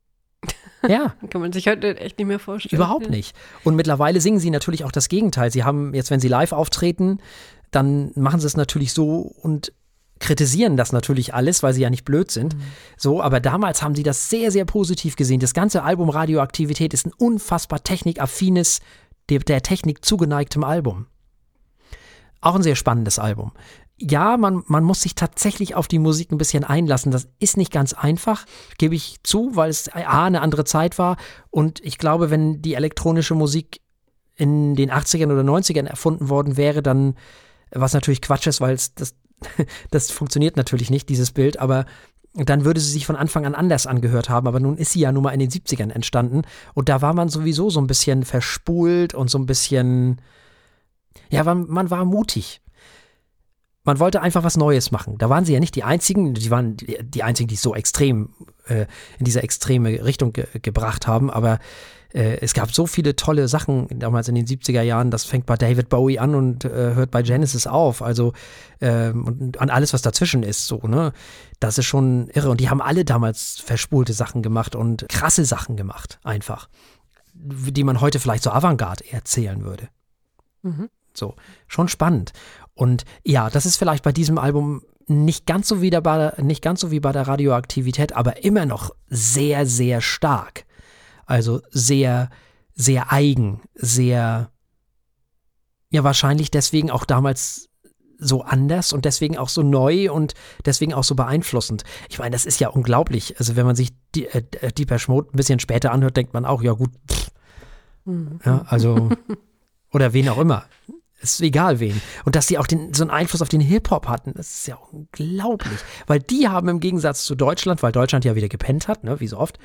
Ja. Kann man sich heute echt nicht mehr vorstellen. Überhaupt nicht. Und mittlerweile singen sie natürlich auch das Gegenteil. Sie haben jetzt, wenn sie live auftreten, dann machen sie es natürlich so und kritisieren das natürlich alles, weil sie ja nicht blöd sind. So, aber damals haben sie das sehr, sehr positiv gesehen. Das ganze Album Radioaktivität ist ein unfassbar technikaffines, der Technik zugeneigtem Album. Auch ein sehr spannendes Album. Ja, man muss sich tatsächlich auf die Musik ein bisschen einlassen. Das ist nicht ganz einfach, gebe ich zu, weil es eine andere Zeit war. Und ich glaube, wenn die elektronische Musik in den 80ern oder 90ern erfunden worden wäre, dann, was natürlich Quatsch ist, weil das funktioniert natürlich nicht, dieses Bild, aber dann würde sie sich von Anfang an anders angehört haben. Aber nun ist sie ja nun mal in den 70ern entstanden. Und da war man sowieso so ein bisschen verspult und so ein bisschen, ja, man war mutig. Man wollte einfach was Neues machen. Da waren sie ja nicht die Einzigen, die waren die Einzigen, die es so extrem in diese extreme Richtung gebracht haben, aber es gab so viele tolle Sachen damals in den 70er Jahren, das fängt bei David Bowie an und hört bei Genesis auf, also und an alles, was dazwischen ist, so, ne? Das ist schon irre. Und die haben alle damals verspulte Sachen gemacht und krasse Sachen gemacht, einfach, die man heute vielleicht so Avantgarde erzählen würde. Mhm. So, schon spannend. Und ja, das ist vielleicht bei diesem Album nicht ganz so wie bei der Radioaktivität, aber immer noch sehr, sehr stark. Also sehr, sehr eigen, sehr, ja, wahrscheinlich deswegen auch damals so anders und deswegen auch so neu und deswegen auch so beeinflussend. Ich meine, das ist ja unglaublich. Also wenn man sich Depeche Mode ein bisschen später anhört, denkt man auch, ja gut, ja, also, oder wen auch immer. Ist egal wen. Und dass die auch so einen Einfluss auf den Hip-Hop hatten, das ist ja unglaublich. Weil die haben im Gegensatz zu Deutschland, weil Deutschland ja wieder gepennt hat, ne, wie so oft,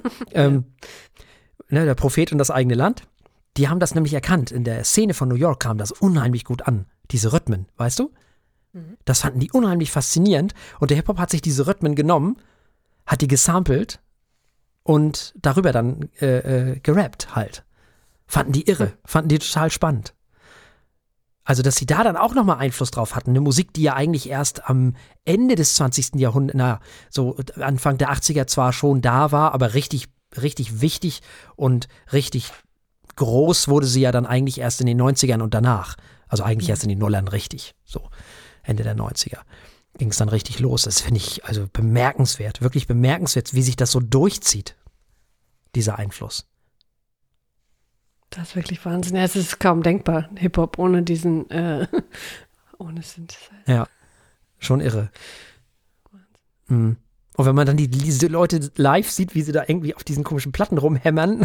der Prophet und das eigene Land, die haben das nämlich erkannt. In der Szene von New York kam das unheimlich gut an, diese Rhythmen, weißt du? Das fanden die unheimlich faszinierend und der Hip-Hop hat sich diese Rhythmen genommen, hat die gesampelt und darüber dann gerappt halt. Fanden die irre, fanden die total spannend. Also, dass sie da dann auch nochmal Einfluss drauf hatten. Eine Musik, die ja eigentlich erst am Ende des 20. Jahrhunderts, so Anfang der 80er zwar schon da war, aber richtig, richtig wichtig und richtig groß wurde sie ja dann eigentlich erst in den 90ern und danach. Also eigentlich erst in den Nullern richtig. So, Ende der 90er ging es dann richtig los. Das finde ich also bemerkenswert, wirklich bemerkenswert, wie sich das so durchzieht, dieser Einfluss. Das ist wirklich Wahnsinn. Ja, es ist kaum denkbar, Hip-Hop ohne diesen, ohne Synthesizer. Ja, schon irre. Mhm. Und wenn man dann diese Leute live sieht, wie sie da irgendwie auf diesen komischen Platten rumhämmern.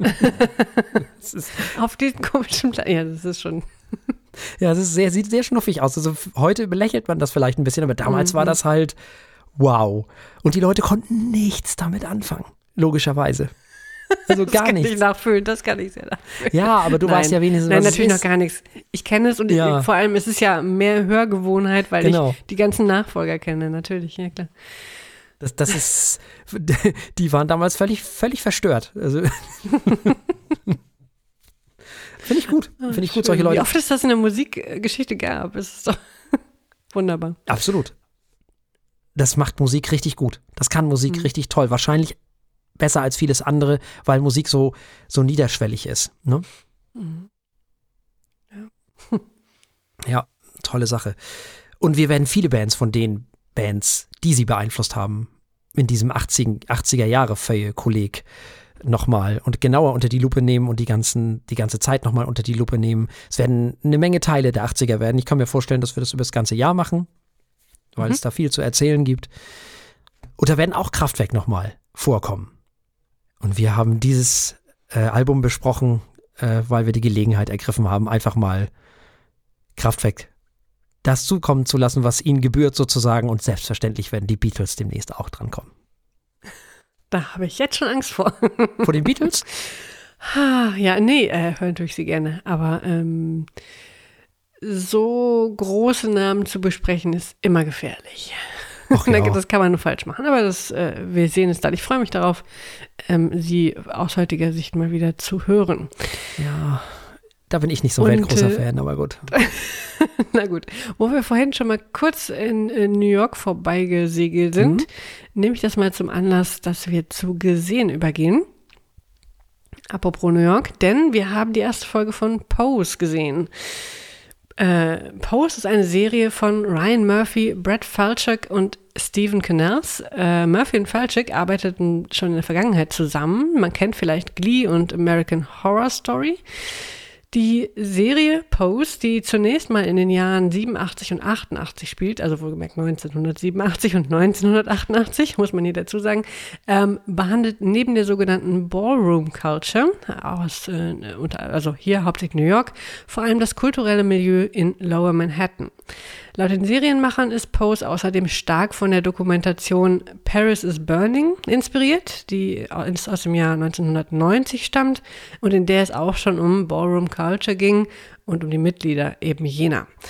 Auf diesen komischen Platten, ja, das ist schon. Ja, sieht sehr schnuffig aus. Also heute belächelt man das vielleicht ein bisschen, aber damals war das halt wow. Und die Leute konnten nichts damit anfangen, logischerweise. Also gar nichts. Das kann ich nachfühlen, das kann ich sehr nachfühlen. Ja, aber du weißt ja wenigstens, was Nein, es natürlich ist. noch gar nichts. Ich kenne es und vor allem ist es ja mehr Hörgewohnheit, weil ich die ganzen Nachfolger kenne, natürlich, ja klar. Das ist, die waren damals völlig verstört. Also finde ich gut. Finde ich gut, solche Leute. Wie oft es das in der Musikgeschichte gab, ist doch wunderbar. Absolut. Das macht Musik richtig gut. Das kann Musik richtig toll. Wahrscheinlich besser als vieles andere, weil Musik so niederschwellig ist. Ne? Ja, tolle Sache. Und wir werden viele Bands von den Bands, die sie beeinflusst haben, in diesem 80er Jahre Feuille-Kolleg nochmal und genauer unter die Lupe nehmen und die ganze Zeit nochmal unter die Lupe nehmen. Es werden eine Menge Teile der 80er werden. Ich kann mir vorstellen, dass wir das über das ganze Jahr machen, weil es da viel zu erzählen gibt. Und da werden auch Kraftwerk nochmal vorkommen. Und wir haben dieses Album besprochen, weil wir die Gelegenheit ergriffen haben, einfach mal Kraftwerk das zukommen zu lassen, was ihnen gebührt sozusagen. Und selbstverständlich werden die Beatles demnächst auch dran kommen. Da habe ich jetzt schon Angst vor. Vor den Beatles? Ja, nee, hören tue ich sie gerne. Aber so große Namen zu besprechen, ist immer gefährlich. Ach, ja. Das kann man nur falsch machen. Aber wir sehen es dann. Ich freue mich darauf, sie aus heutiger Sicht mal wieder zu hören. Ja, da bin ich nicht so ein weltgroßer Fan, aber gut. Na gut. Wo wir vorhin schon mal kurz in New York vorbeigesegelt sind, nehme ich das mal zum Anlass, dass wir zu Gesehen übergehen. Apropos New York, denn wir haben die erste Folge von Pose gesehen. Pose ist eine Serie von Ryan Murphy, Brett Falchuk und Stephen Canals. Murphy und Falchuk arbeiteten schon in der Vergangenheit zusammen. Man kennt vielleicht Glee und American Horror Story. Die Serie Pose, die zunächst mal in den Jahren 87 und 88 spielt, also wohlgemerkt 1987 und 1988, muss man hier dazu sagen, behandelt neben der sogenannten Ballroom Culture, also hier hauptsächlich New York, vor allem das kulturelle Milieu in Lower Manhattan. Laut den Serienmachern ist Pose außerdem stark von der Dokumentation Paris is Burning inspiriert, die aus dem Jahr 1990 stammt und in der es auch schon um Ballroom Culture ging und um die Mitglieder eben jener.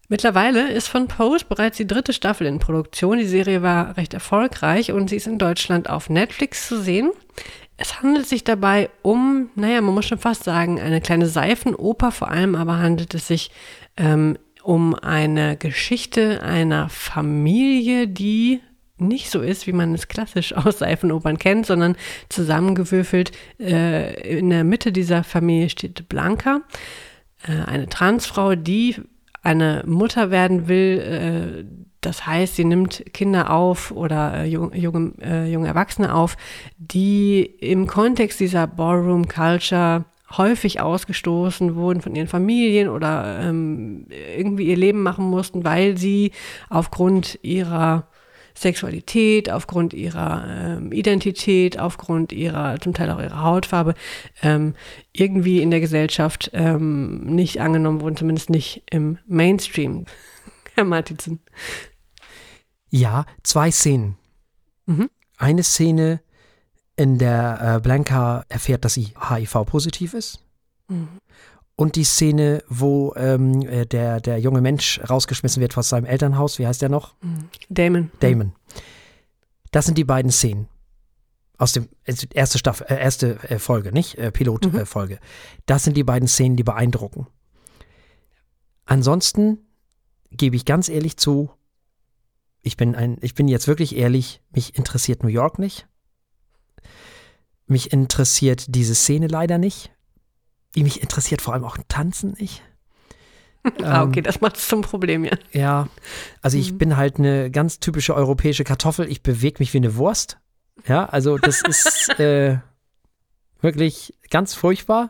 Mittlerweile ist von Pose bereits die 3. Staffel in Produktion. Die Serie war recht erfolgreich und sie ist in Deutschland auf Netflix zu sehen. Es handelt sich dabei um, man muss schon fast sagen, eine kleine Seifenoper. Vor allem aber handelt es sich um eine Geschichte einer Familie, die nicht so ist, wie man es klassisch aus Seifenopern kennt, sondern zusammengewürfelt. In der Mitte dieser Familie steht Blanca, eine Transfrau, die eine Mutter werden will. Das heißt, sie nimmt Kinder auf oder junge Erwachsene auf, die im Kontext dieser Ballroom-Culture häufig ausgestoßen wurden von ihren Familien oder irgendwie ihr Leben machen mussten, weil sie aufgrund ihrer Sexualität, aufgrund ihrer Identität, aufgrund ihrer, zum Teil auch ihrer Hautfarbe, irgendwie in der Gesellschaft nicht angenommen wurden, zumindest nicht im Mainstream. Herr Martinsen. Ja, 2 Szenen. Eine Szene, in der Blanca erfährt, dass sie HIV-positiv ist. Und die Szene, wo der junge Mensch rausgeschmissen wird aus seinem Elternhaus. Wie heißt der noch? Damon. Das sind die beiden Szenen. Aus dem erste Folge, nicht? Pilotfolge. Das sind die beiden Szenen, die beeindrucken. Ansonsten gebe ich ganz ehrlich zu, ich bin jetzt wirklich ehrlich, mich interessiert New York nicht. Mich interessiert diese Szene leider nicht. Mich interessiert vor allem auch Tanzen nicht. Okay, das macht es zum Problem, ja. Ja, also ich bin halt eine ganz typische europäische Kartoffel. Ich bewege mich wie eine Wurst. Ja, also das ist wirklich ganz furchtbar.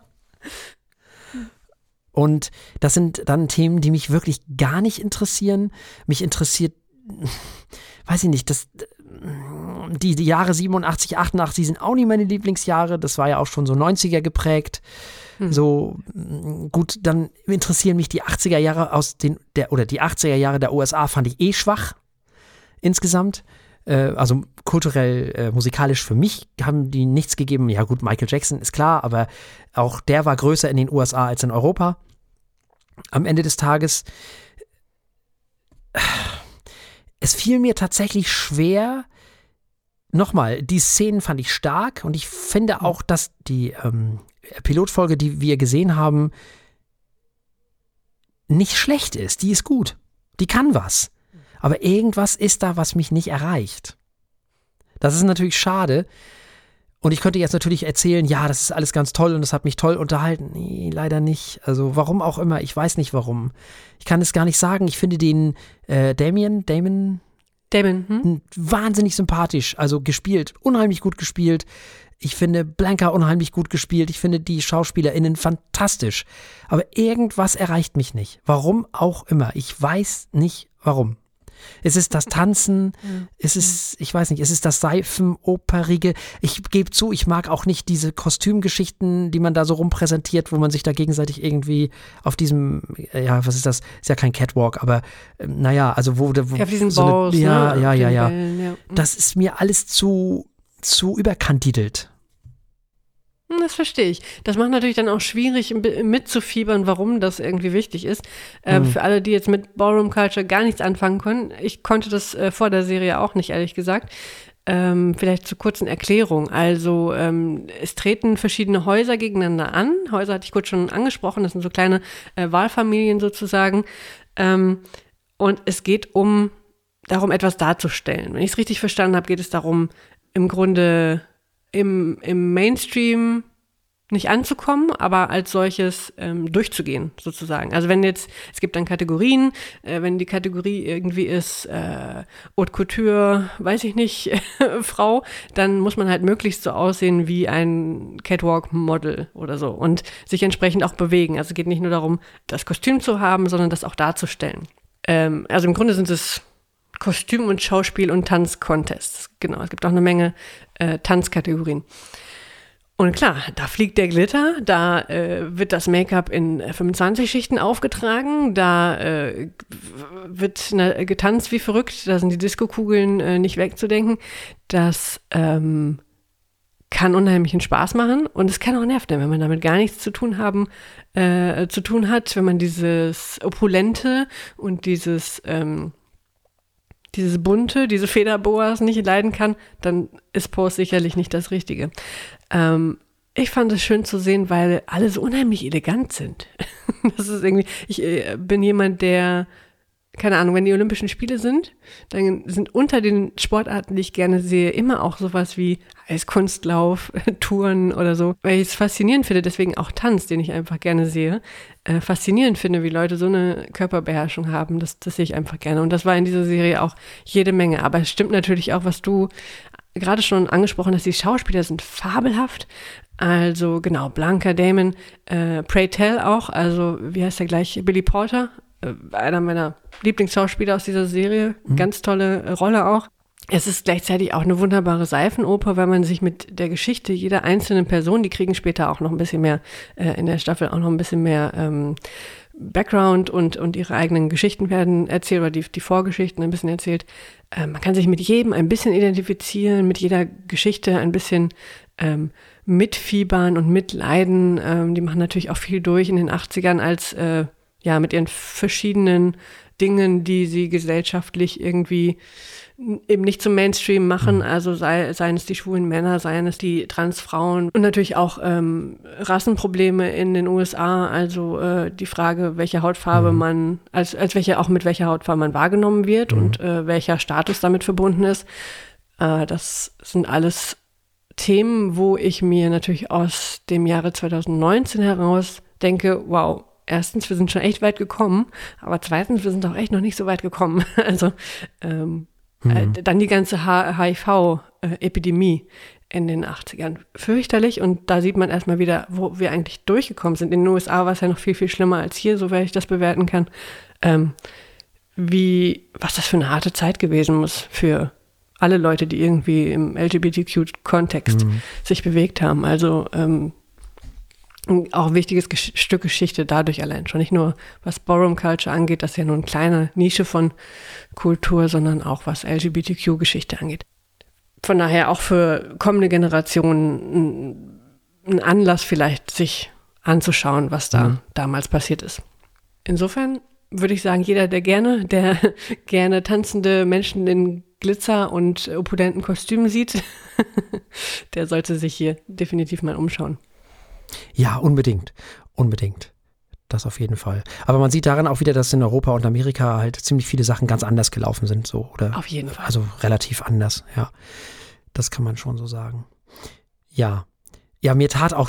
Und das sind dann Themen, die mich wirklich gar nicht interessieren. Mich interessiert, weiß ich nicht, die Jahre 87, 88 sind auch nicht meine Lieblingsjahre. Das war ja auch schon so 90er geprägt. So, gut, dann interessieren mich die 80er Jahre die 80er Jahre der USA fand ich schwach insgesamt. Also kulturell, musikalisch für mich haben die nichts gegeben. Ja gut, Michael Jackson ist klar, aber auch der war größer in den USA als in Europa. Am Ende des Tages, es fiel mir tatsächlich schwer. Nochmal, die Szenen fand ich stark und ich finde auch, dass die Pilotfolge, die wir gesehen haben, nicht schlecht ist. Die ist gut. Die kann was. Aber irgendwas ist da, was mich nicht erreicht. Das ist natürlich schade. Und ich könnte jetzt natürlich erzählen, ja, das ist alles ganz toll und das hat mich toll unterhalten. Nee, leider nicht. Also warum auch immer, ich weiß nicht warum. Ich kann es gar nicht sagen. Ich finde den Damon wahnsinnig sympathisch, also gespielt, unheimlich gut gespielt. Ich finde Blanca unheimlich gut gespielt. Ich finde die SchauspielerInnen fantastisch. Aber irgendwas erreicht mich nicht. Warum auch immer. Ich weiß nicht warum. Es ist das Tanzen, es ist, ich weiß nicht, es ist das Seifenoperige. Ich gebe zu, ich mag auch nicht diese Kostümgeschichten, die man da so rumpräsentiert, wo man sich da gegenseitig irgendwie auf diesem, ja, was ist das? Ist ja kein Catwalk, aber naja, also wo auf diesen so Balls, eine, ja. Wellen, ja. Das ist mir alles zu überkandidelt. Das verstehe ich. Das macht natürlich dann auch schwierig, mitzufiebern, warum das irgendwie wichtig ist. Für alle, die jetzt mit Ballroom Culture gar nichts anfangen können. Ich konnte das vor der Serie auch nicht, ehrlich gesagt. Vielleicht zur kurzen Erklärung. Also es treten verschiedene Häuser gegeneinander an. Häuser hatte ich kurz schon angesprochen. Das sind so kleine Wahlfamilien sozusagen. Und es geht darum, etwas darzustellen. Wenn ich es richtig verstanden habe, geht es darum, im Grunde im Mainstream nicht anzukommen, aber als solches durchzugehen, sozusagen. Also es gibt dann Kategorien, wenn die Kategorie irgendwie ist Haute Couture, weiß ich nicht, Frau, dann muss man halt möglichst so aussehen wie ein Catwalk-Model oder so und sich entsprechend auch bewegen. Also es geht nicht nur darum, das Kostüm zu haben, sondern das auch darzustellen. Also im Grunde sind es Kostüm- und Schauspiel- und Tanzcontests. Genau, es gibt auch eine Menge Tanzkategorien. Und klar, da fliegt der Glitter, da wird das Make-up in 25 Schichten aufgetragen, da wird getanzt wie verrückt, da sind die Diskokugeln nicht wegzudenken. Das kann kann unheimlichen Spaß machen und es kann auch nerven, wenn man damit gar nichts zu tun hat, wenn man dieses Opulente und dieses Bunte, diese Federboas nicht leiden kann, dann ist Pose sicherlich nicht das Richtige. Ich fand es schön zu sehen, weil alle so unheimlich elegant sind. Das ist irgendwie, ich bin jemand, der, keine Ahnung, wenn die Olympischen Spiele sind, dann sind unter den Sportarten, die ich gerne sehe, immer auch sowas wie Eiskunstlauf, Touren oder so, weil ich es faszinierend finde, deswegen auch Tanz, den ich einfach gerne sehe, faszinierend finde, wie Leute so eine Körperbeherrschung haben, das sehe ich einfach gerne. Und das war in dieser Serie auch jede Menge. Aber es stimmt natürlich auch, was du gerade schon angesprochen hast, die Schauspieler sind fabelhaft. Also genau, Blanca Damon, Pray Tell auch, also wie heißt der gleich, Billy Porter, einer meiner Lieblingsschauspieler aus dieser Serie, ganz tolle Rolle auch. Es ist gleichzeitig auch eine wunderbare Seifenoper, weil man sich mit der Geschichte jeder einzelnen Person, die kriegen später auch noch ein bisschen mehr, in der Staffel auch noch ein bisschen mehr Background und ihre eigenen Geschichten werden erzählt oder die Vorgeschichten ein bisschen erzählt. Man kann sich mit jedem ein bisschen identifizieren, mit jeder Geschichte ein bisschen mitfiebern und mitleiden. Die machen natürlich auch viel durch in den 80ern als mit ihren verschiedenen Dingen, die sie gesellschaftlich irgendwie eben nicht zum Mainstream machen, also seien es die schwulen Männer, seien es die Transfrauen und natürlich auch Rassenprobleme in den USA, also die Frage, welche Hautfarbe man, mit welcher Hautfarbe man wahrgenommen wird und welcher Status damit verbunden ist. Das sind alles Themen, wo ich mir natürlich aus dem Jahre 2019 heraus denke, wow, erstens, wir sind schon echt weit gekommen, aber zweitens, wir sind auch echt noch nicht so weit gekommen. Also dann die ganze HIV-Epidemie in den 80ern. Fürchterlich und da sieht man erstmal wieder, wo wir eigentlich durchgekommen sind. In den USA war es ja noch viel, viel schlimmer als hier, soweit ich das bewerten kann. Was das für eine harte Zeit gewesen muss für alle Leute, die irgendwie im LGBTQ-Kontext sich bewegt haben. Also auch ein wichtiges Stück Geschichte dadurch allein schon. Nicht nur, was Ballroom Culture angeht, das ist ja nur eine kleine Nische von Kultur, sondern auch was LGBTQ-Geschichte angeht. Von daher auch für kommende Generationen ein Anlass vielleicht, sich anzuschauen, was da damals passiert ist. Insofern würde ich sagen, jeder, der gerne tanzende Menschen in Glitzer und opulenten Kostümen sieht, der sollte sich hier definitiv mal umschauen. Ja, unbedingt. Das auf jeden Fall. Aber man sieht daran auch wieder, dass in Europa und Amerika halt ziemlich viele Sachen ganz anders gelaufen sind, so, oder? Auf jeden Fall. Also relativ anders, ja. Das kann man schon so sagen. Ja. Ja, mir tat auch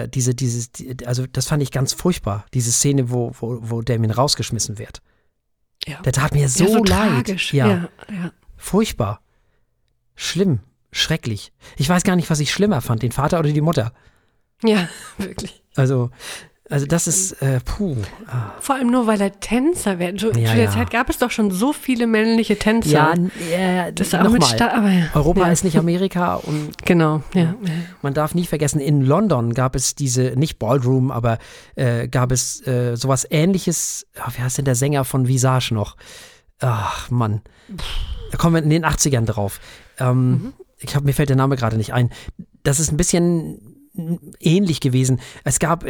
also das fand ich ganz furchtbar, diese Szene, wo Damien rausgeschmissen wird. Ja. Der tat mir so leid. Tragisch. Ja. Furchtbar. Schlimm. Schrecklich. Ich weiß gar nicht, was ich schlimmer fand, den Vater oder die Mutter. Ja, wirklich. Also das ist, Vor allem nur, weil er Tänzer wird. Zu der Zeit gab es doch schon so viele männliche Tänzer. Ja, das ist auch mit Europa ist nicht Amerika und genau, ja. Man darf nie vergessen, in London gab es nicht Ballroom, aber gab es sowas Ähnliches. Wie heißt denn der Sänger von Visage noch? Ach, Mann. Da kommen wir in den 80ern drauf. Mir fällt der Name gerade nicht ein. Das ist ein bisschen ähnlich gewesen. Es gab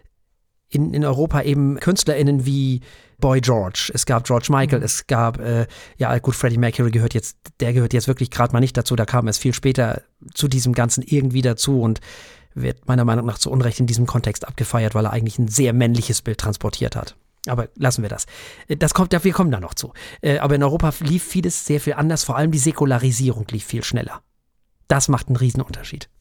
in Europa eben KünstlerInnen wie Boy George, es gab George Michael, es gab, Freddie Mercury gehört jetzt wirklich gerade mal nicht dazu, da kam es viel später zu diesem Ganzen irgendwie dazu und wird meiner Meinung nach zu Unrecht in diesem Kontext abgefeiert, weil er eigentlich ein sehr männliches Bild transportiert hat. Aber lassen wir das. Wir kommen da noch zu. Aber in Europa lief vieles sehr viel anders, vor allem die Säkularisierung lief viel schneller. Das macht einen Riesenunterschied.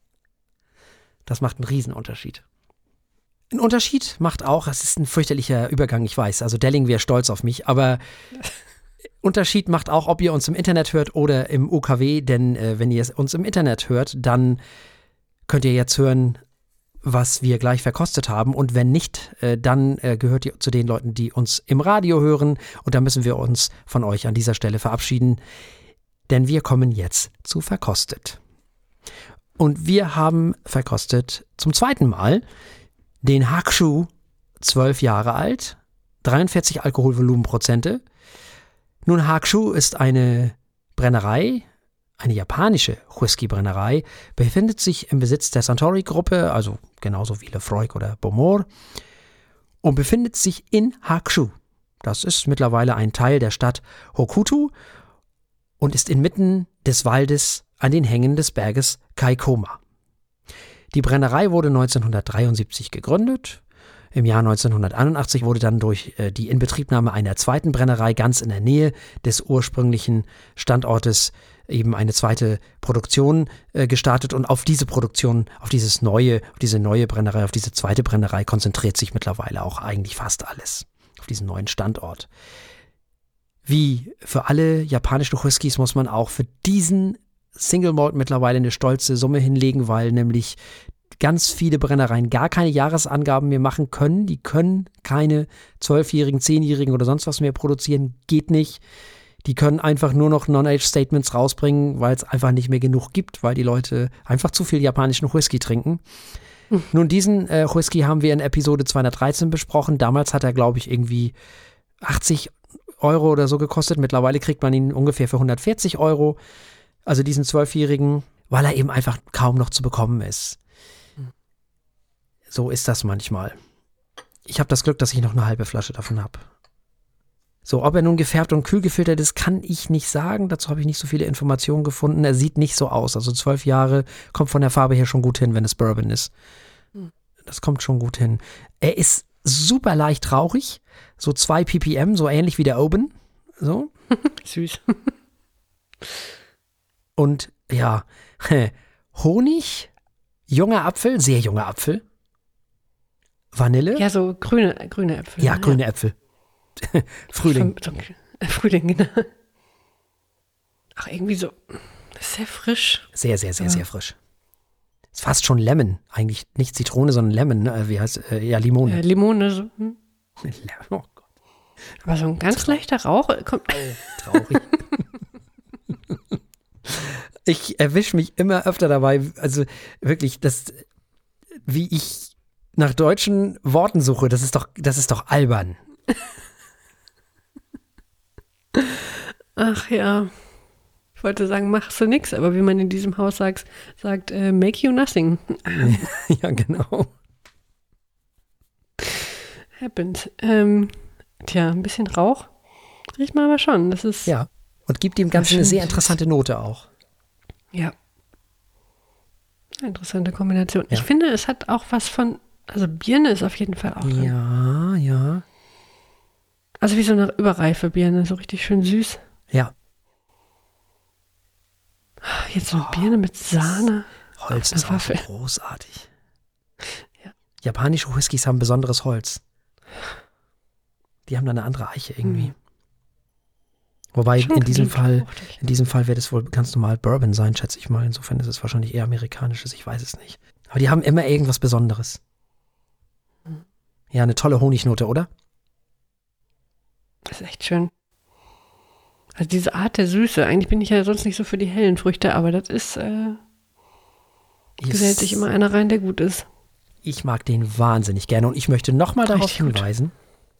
Ein Unterschied macht auch, es ist ein fürchterlicher Übergang, ich weiß, also Delling wäre stolz auf mich, aber Unterschied macht auch, ob ihr uns im Internet hört oder im UKW, denn wenn ihr uns im Internet hört, dann könnt ihr jetzt hören, was wir gleich verkostet haben und wenn nicht, dann gehört ihr zu den Leuten, die uns im Radio hören und da müssen wir uns von euch an dieser Stelle verabschieden, denn wir kommen jetzt zu Verkostet. Und wir haben verkostet zum zweiten Mal den Hakshu, 12 Jahre alt, 43 Alkoholvolumenprozente. Nun, Hakshu ist eine Brennerei, eine japanische Whiskybrennerei, befindet sich im Besitz der Suntory-Gruppe, also genauso wie Lefroy oder Bowmore, und befindet sich in Hakushu. Das ist mittlerweile ein Teil der Stadt Hokuto und ist inmitten des Waldes an den Hängen des Berges Kaikoma. Die Brennerei wurde 1973 gegründet. Im Jahr 1981 wurde dann durch die Inbetriebnahme einer zweiten Brennerei ganz in der Nähe des ursprünglichen Standortes eben eine zweite Produktion gestartet, und auf diese Produktion, auf diese neue Brennerei, auf diese zweite Brennerei konzentriert sich mittlerweile auch eigentlich fast alles, auf diesen neuen Standort. Wie für alle japanischen Whiskys muss man auch für diesen Single Malt mittlerweile eine stolze Summe hinlegen, weil nämlich ganz viele Brennereien gar keine Jahresangaben mehr machen können. Die können keine 12-Jährigen, 10-Jährigen oder sonst was mehr produzieren. Geht nicht. Die können einfach nur noch Non-Age-Statements rausbringen, weil es einfach nicht mehr genug gibt, weil die Leute einfach zu viel japanischen Whisky trinken. Nun, diesen Whisky haben wir in Episode 213 besprochen. Damals hat er, glaube ich, irgendwie 80 Euro oder so gekostet. Mittlerweile kriegt man ihn ungefähr für 140 Euro. Also diesen 12-Jährigen, weil er eben einfach kaum noch zu bekommen ist. So ist das manchmal. Ich habe das Glück, dass ich noch eine halbe Flasche davon habe. So, ob er nun gefärbt und kühl gefiltert ist, kann ich nicht sagen. Dazu habe ich nicht so viele Informationen gefunden. Er sieht nicht so aus. Also 12 Jahre kommt von der Farbe her schon gut hin, wenn es Bourbon ist. Das kommt schon gut hin. Er ist super leicht rauchig. So 2 ppm, so ähnlich wie der Oban. So. Süß. Und ja, Honig, junger Apfel, sehr junger Apfel. Vanille. Ja, so grüne Äpfel. Ja, grüne Äpfel. Frühling. Frühling, genau. Ach, irgendwie so sehr frisch. Sehr frisch. Ist fast schon Lemon. Eigentlich nicht Zitrone, sondern Lemon. Ne? Wie heißt ja, Limone. Limone. So. Oh Gott. Aber so ein ganz leichter Rauch kommt. Traurig. Ich erwische mich immer öfter dabei, also wirklich, wie ich nach deutschen Worten suche, das ist doch albern. Ach ja. Ich wollte sagen, machst du nix, aber wie man in diesem Haus sagt, make you nothing. Ja, genau. Happens. Tja, ein bisschen Rauch riecht man aber schon. Das ist. Ja. Und gibt dem Ganzen eine sehr interessante Note auch. Ja. Eine interessante Kombination. Ja. Ich finde, es hat auch was von, also Birne ist auf jeden Fall auch drin. Ja, ja. Also wie so eine überreife Birne, so richtig schön süß. Ja. Jetzt so eine Birne mit Sahne. Holz ist auch so großartig. Ja. Japanische Whiskys haben besonderes Holz. Die haben da eine andere Eiche irgendwie. Wobei in diesem Fall wird es wohl ganz normal Bourbon sein, schätze ich mal. Insofern ist es wahrscheinlich eher amerikanisches, ich weiß es nicht. Aber die haben immer irgendwas Besonderes. Ja, eine tolle Honignote, oder? Das ist echt schön. Also diese Art der Süße, eigentlich bin ich ja sonst nicht so für die hellen Früchte, aber das ist, gesellt sich immer einer rein, der gut ist. Ich mag den wahnsinnig gerne und ich möchte nochmal darauf hinweisen,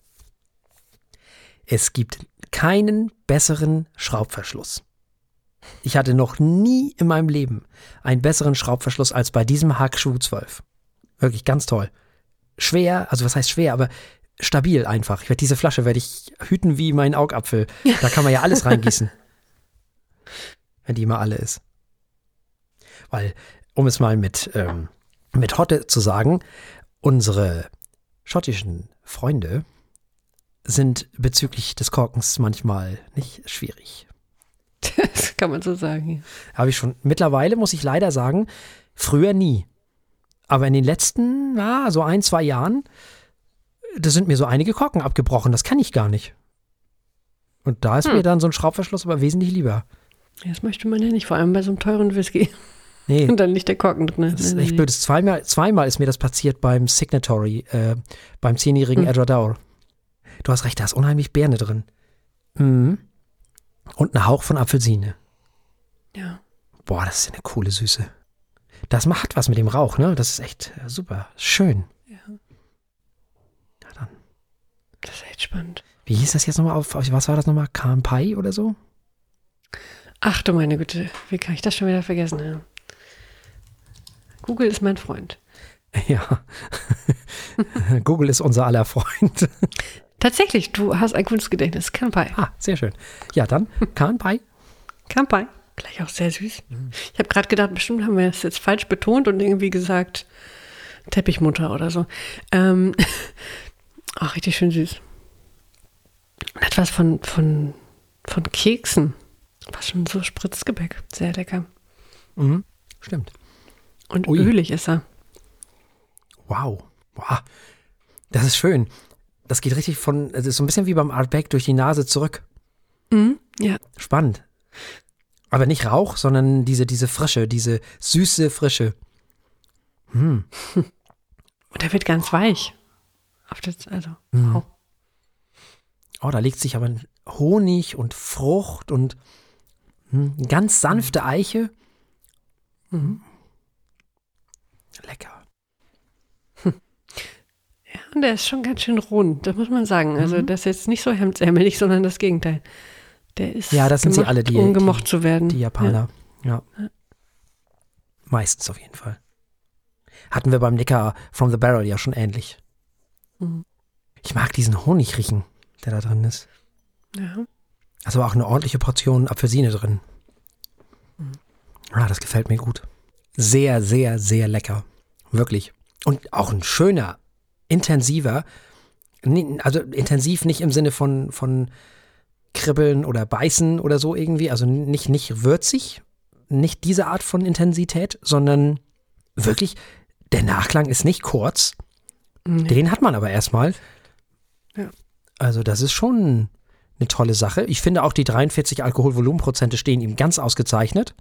es gibt keinen besseren Schraubverschluss. Ich hatte noch nie in meinem Leben einen besseren Schraubverschluss als bei diesem Hakushu 12. Wirklich ganz toll. Schwer, also was heißt schwer, aber stabil einfach. Diese Flasche werde ich hüten wie meinen Augapfel. Da kann man ja alles reingießen. Wenn die mal alle ist. Weil, um es mal mit Hotte zu sagen, unsere schottischen Freunde sind bezüglich des Korkens manchmal nicht schwierig. Das kann man so sagen. Habe ich schon. Mittlerweile muss ich leider sagen, früher nie. Aber in den letzten, so 1-2 Jahren, da sind mir so einige Korken abgebrochen. Das kann ich gar nicht. Und da ist mir dann so ein Schraubverschluss aber wesentlich lieber. Das möchte man ja nicht, vor allem bei so einem teuren Whisky. Nee. Und dann nicht der Korken drin. Das ist echt blöd. Zweimal ist mir das passiert beim Signatory, beim 10-jährigen Edward Dower. Du hast recht, da ist unheimlich Birne drin. Mhm. Und ein Hauch von Apfelsine. Ja. Boah, das ist eine coole Süße. Das hat was mit dem Rauch, ne? Das ist echt super. Schön. Ja. Ja, dann. Das ist echt spannend. Wie hieß das jetzt nochmal was war das nochmal? Kampai oder so? Ach du meine Güte, wie kann ich das schon wieder vergessen? Ja. Google ist mein Freund. Ja, Google ist unser aller Freund. Tatsächlich, du hast ein gutes Gedächtnis. Kanpai. Ah, sehr schön. Ja, dann Kanpai. Kanpai. Gleich auch sehr süß. Ich habe gerade gedacht, bestimmt haben wir es jetzt falsch betont und irgendwie gesagt Teppichmutter oder so. Ach, richtig schön süß. Und etwas von Keksen. Was schon so Spritzgebäck. Sehr lecker. Mhm, stimmt. Und Ui. ölig ist er. Wow. Boah. Das ist schön. Das geht richtig es ist so ein bisschen wie beim Artback durch die Nase zurück. Mhm, ja. Spannend. Aber nicht Rauch, sondern diese Frische, diese süße Frische. Und er wird ganz weich. Wow. Oh, da legt sich aber Honig und Frucht und ganz sanfte Eiche. Lecker. Ja, und der ist schon ganz schön rund, das muss man sagen. Also das ist jetzt nicht so hemdsärmelig, sondern das Gegenteil. Der ist Ja, das sind sie alle, um gemocht zu werden. Die Japaner. Ja. Meistens auf jeden Fall. Hatten wir beim Nicker from the Barrel ja schon ähnlich. Ich mag diesen Honig riechen, der da drin ist. Ja. Also auch eine ordentliche Portion Apfelsine drin. Das gefällt mir gut. Sehr, sehr, sehr lecker. Wirklich. Und auch ein schöner, intensiver, also intensiv nicht im Sinne von Kribbeln oder Beißen oder so irgendwie, also nicht würzig, nicht diese Art von Intensität, sondern wirklich, der Nachklang ist nicht kurz, den hat man aber erstmal. Ja. Also das ist schon eine tolle Sache. Ich finde auch die 43 Alkoholvolumenprozente stehen ihm ganz ausgezeichnet.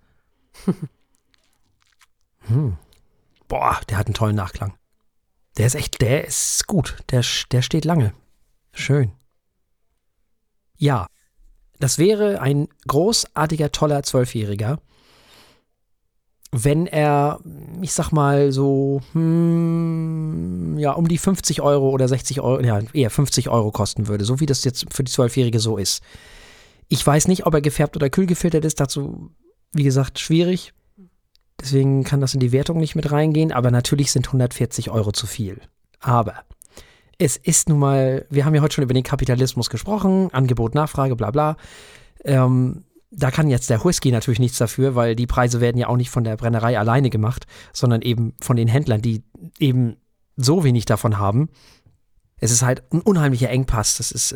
Boah, der hat einen tollen Nachklang. Der ist gut. Der steht lange. Schön. Ja, das wäre ein großartiger, toller 12-Jähriger, wenn er, ich sag mal so, um die 50 Euro oder 60 Euro, ja, eher 50 Euro kosten würde, so wie das jetzt für die 12-Jährige so ist. Ich weiß nicht, ob er gefärbt oder kühl gefiltert ist, dazu, wie gesagt, schwierig. Deswegen kann das in die Wertung nicht mit reingehen, aber natürlich sind 140 Euro zu viel. Aber es ist nun mal, wir haben ja heute schon über den Kapitalismus gesprochen, Angebot, Nachfrage, bla bla. Da kann jetzt der Whisky natürlich nichts dafür, weil die Preise werden ja auch nicht von der Brennerei alleine gemacht, sondern eben von den Händlern, die eben so wenig davon haben. Es ist halt ein unheimlicher Engpass. Das ist,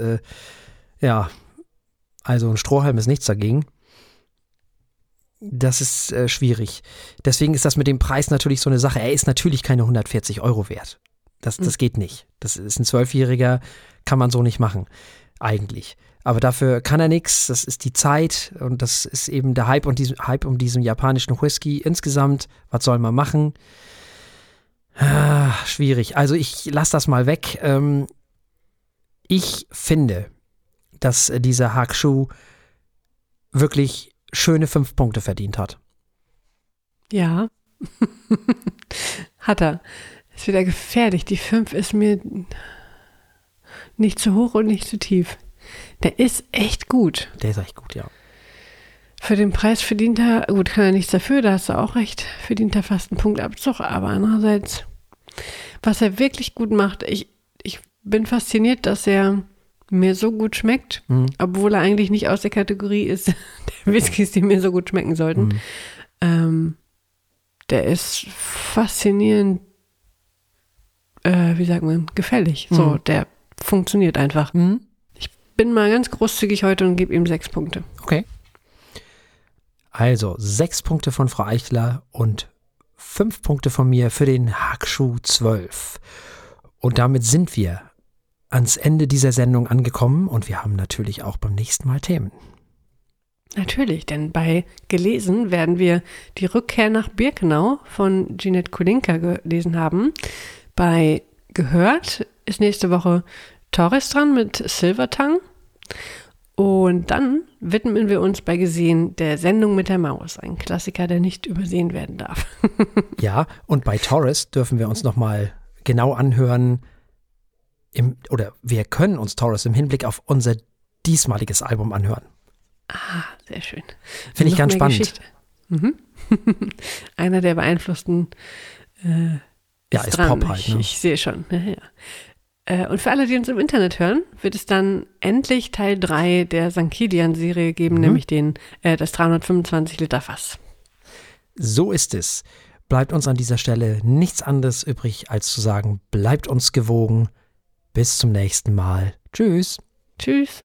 also ein Strohhalm ist nichts dagegen. Das ist schwierig. Deswegen ist das mit dem Preis natürlich so eine Sache. Er ist natürlich keine 140 Euro wert. Das geht nicht. Das ist ein 12-Jähriger, kann man so nicht machen, eigentlich. Aber dafür kann er nichts. Das ist die Zeit und das ist eben der Hype um diesen japanischen Whisky. Insgesamt, was soll man machen? Schwierig. Also ich lasse das mal weg. Ich finde, dass dieser Hakushu wirklich schöne 5 Punkte verdient hat. Ja, hat er. Ist wieder gefährlich. Die 5 ist mir nicht zu hoch und nicht zu tief. Der ist echt gut. Der ist echt gut, ja. Für den Preis verdient er, gut, kann er nichts dafür, da hast du auch recht, verdient er fast einen Punktabzug, aber andererseits, was er wirklich gut macht, ich bin fasziniert, dass er mir so gut schmeckt, obwohl er eigentlich nicht aus der Kategorie ist der Whiskys, die mir so gut schmecken sollten. Der ist faszinierend, wie sagt man, gefällig. So, der funktioniert einfach. Ich bin mal ganz großzügig heute und gebe ihm 6 Punkte. Okay. Also 6 Punkte von Frau Eichler und 5 Punkte von mir für den Hakushu 12. Und damit sind wir ans Ende dieser Sendung angekommen und wir haben natürlich auch beim nächsten Mal Themen. Natürlich, denn bei Gelesen werden wir die Rückkehr nach Birkenau von Ginette Kulinka gelesen haben. Bei Gehört ist nächste Woche Torres dran mit Silvertongue. Und dann widmen wir uns bei Gesehen der Sendung mit der Maus. Ein Klassiker, der nicht übersehen werden darf. Ja, und bei Torres dürfen wir uns nochmal genau anhören, wir können uns Torres im Hinblick auf unser diesmaliges Album anhören. Ah, sehr schön. Finde ich Noch ganz mehr spannend. Geschichte. Mhm. Einer der beeinflussten Ja, ist dran. Pop halt. Ne? Ich sehe schon. Ja, ja. Und für alle, die uns im Internet hören, wird es dann endlich Teil 3 der Sankidian-Serie geben, nämlich das 325 Liter Fass. So ist es. Bleibt uns an dieser Stelle nichts anderes übrig, als zu sagen, bleibt uns gewogen. Bis zum nächsten Mal. Tschüss. Tschüss.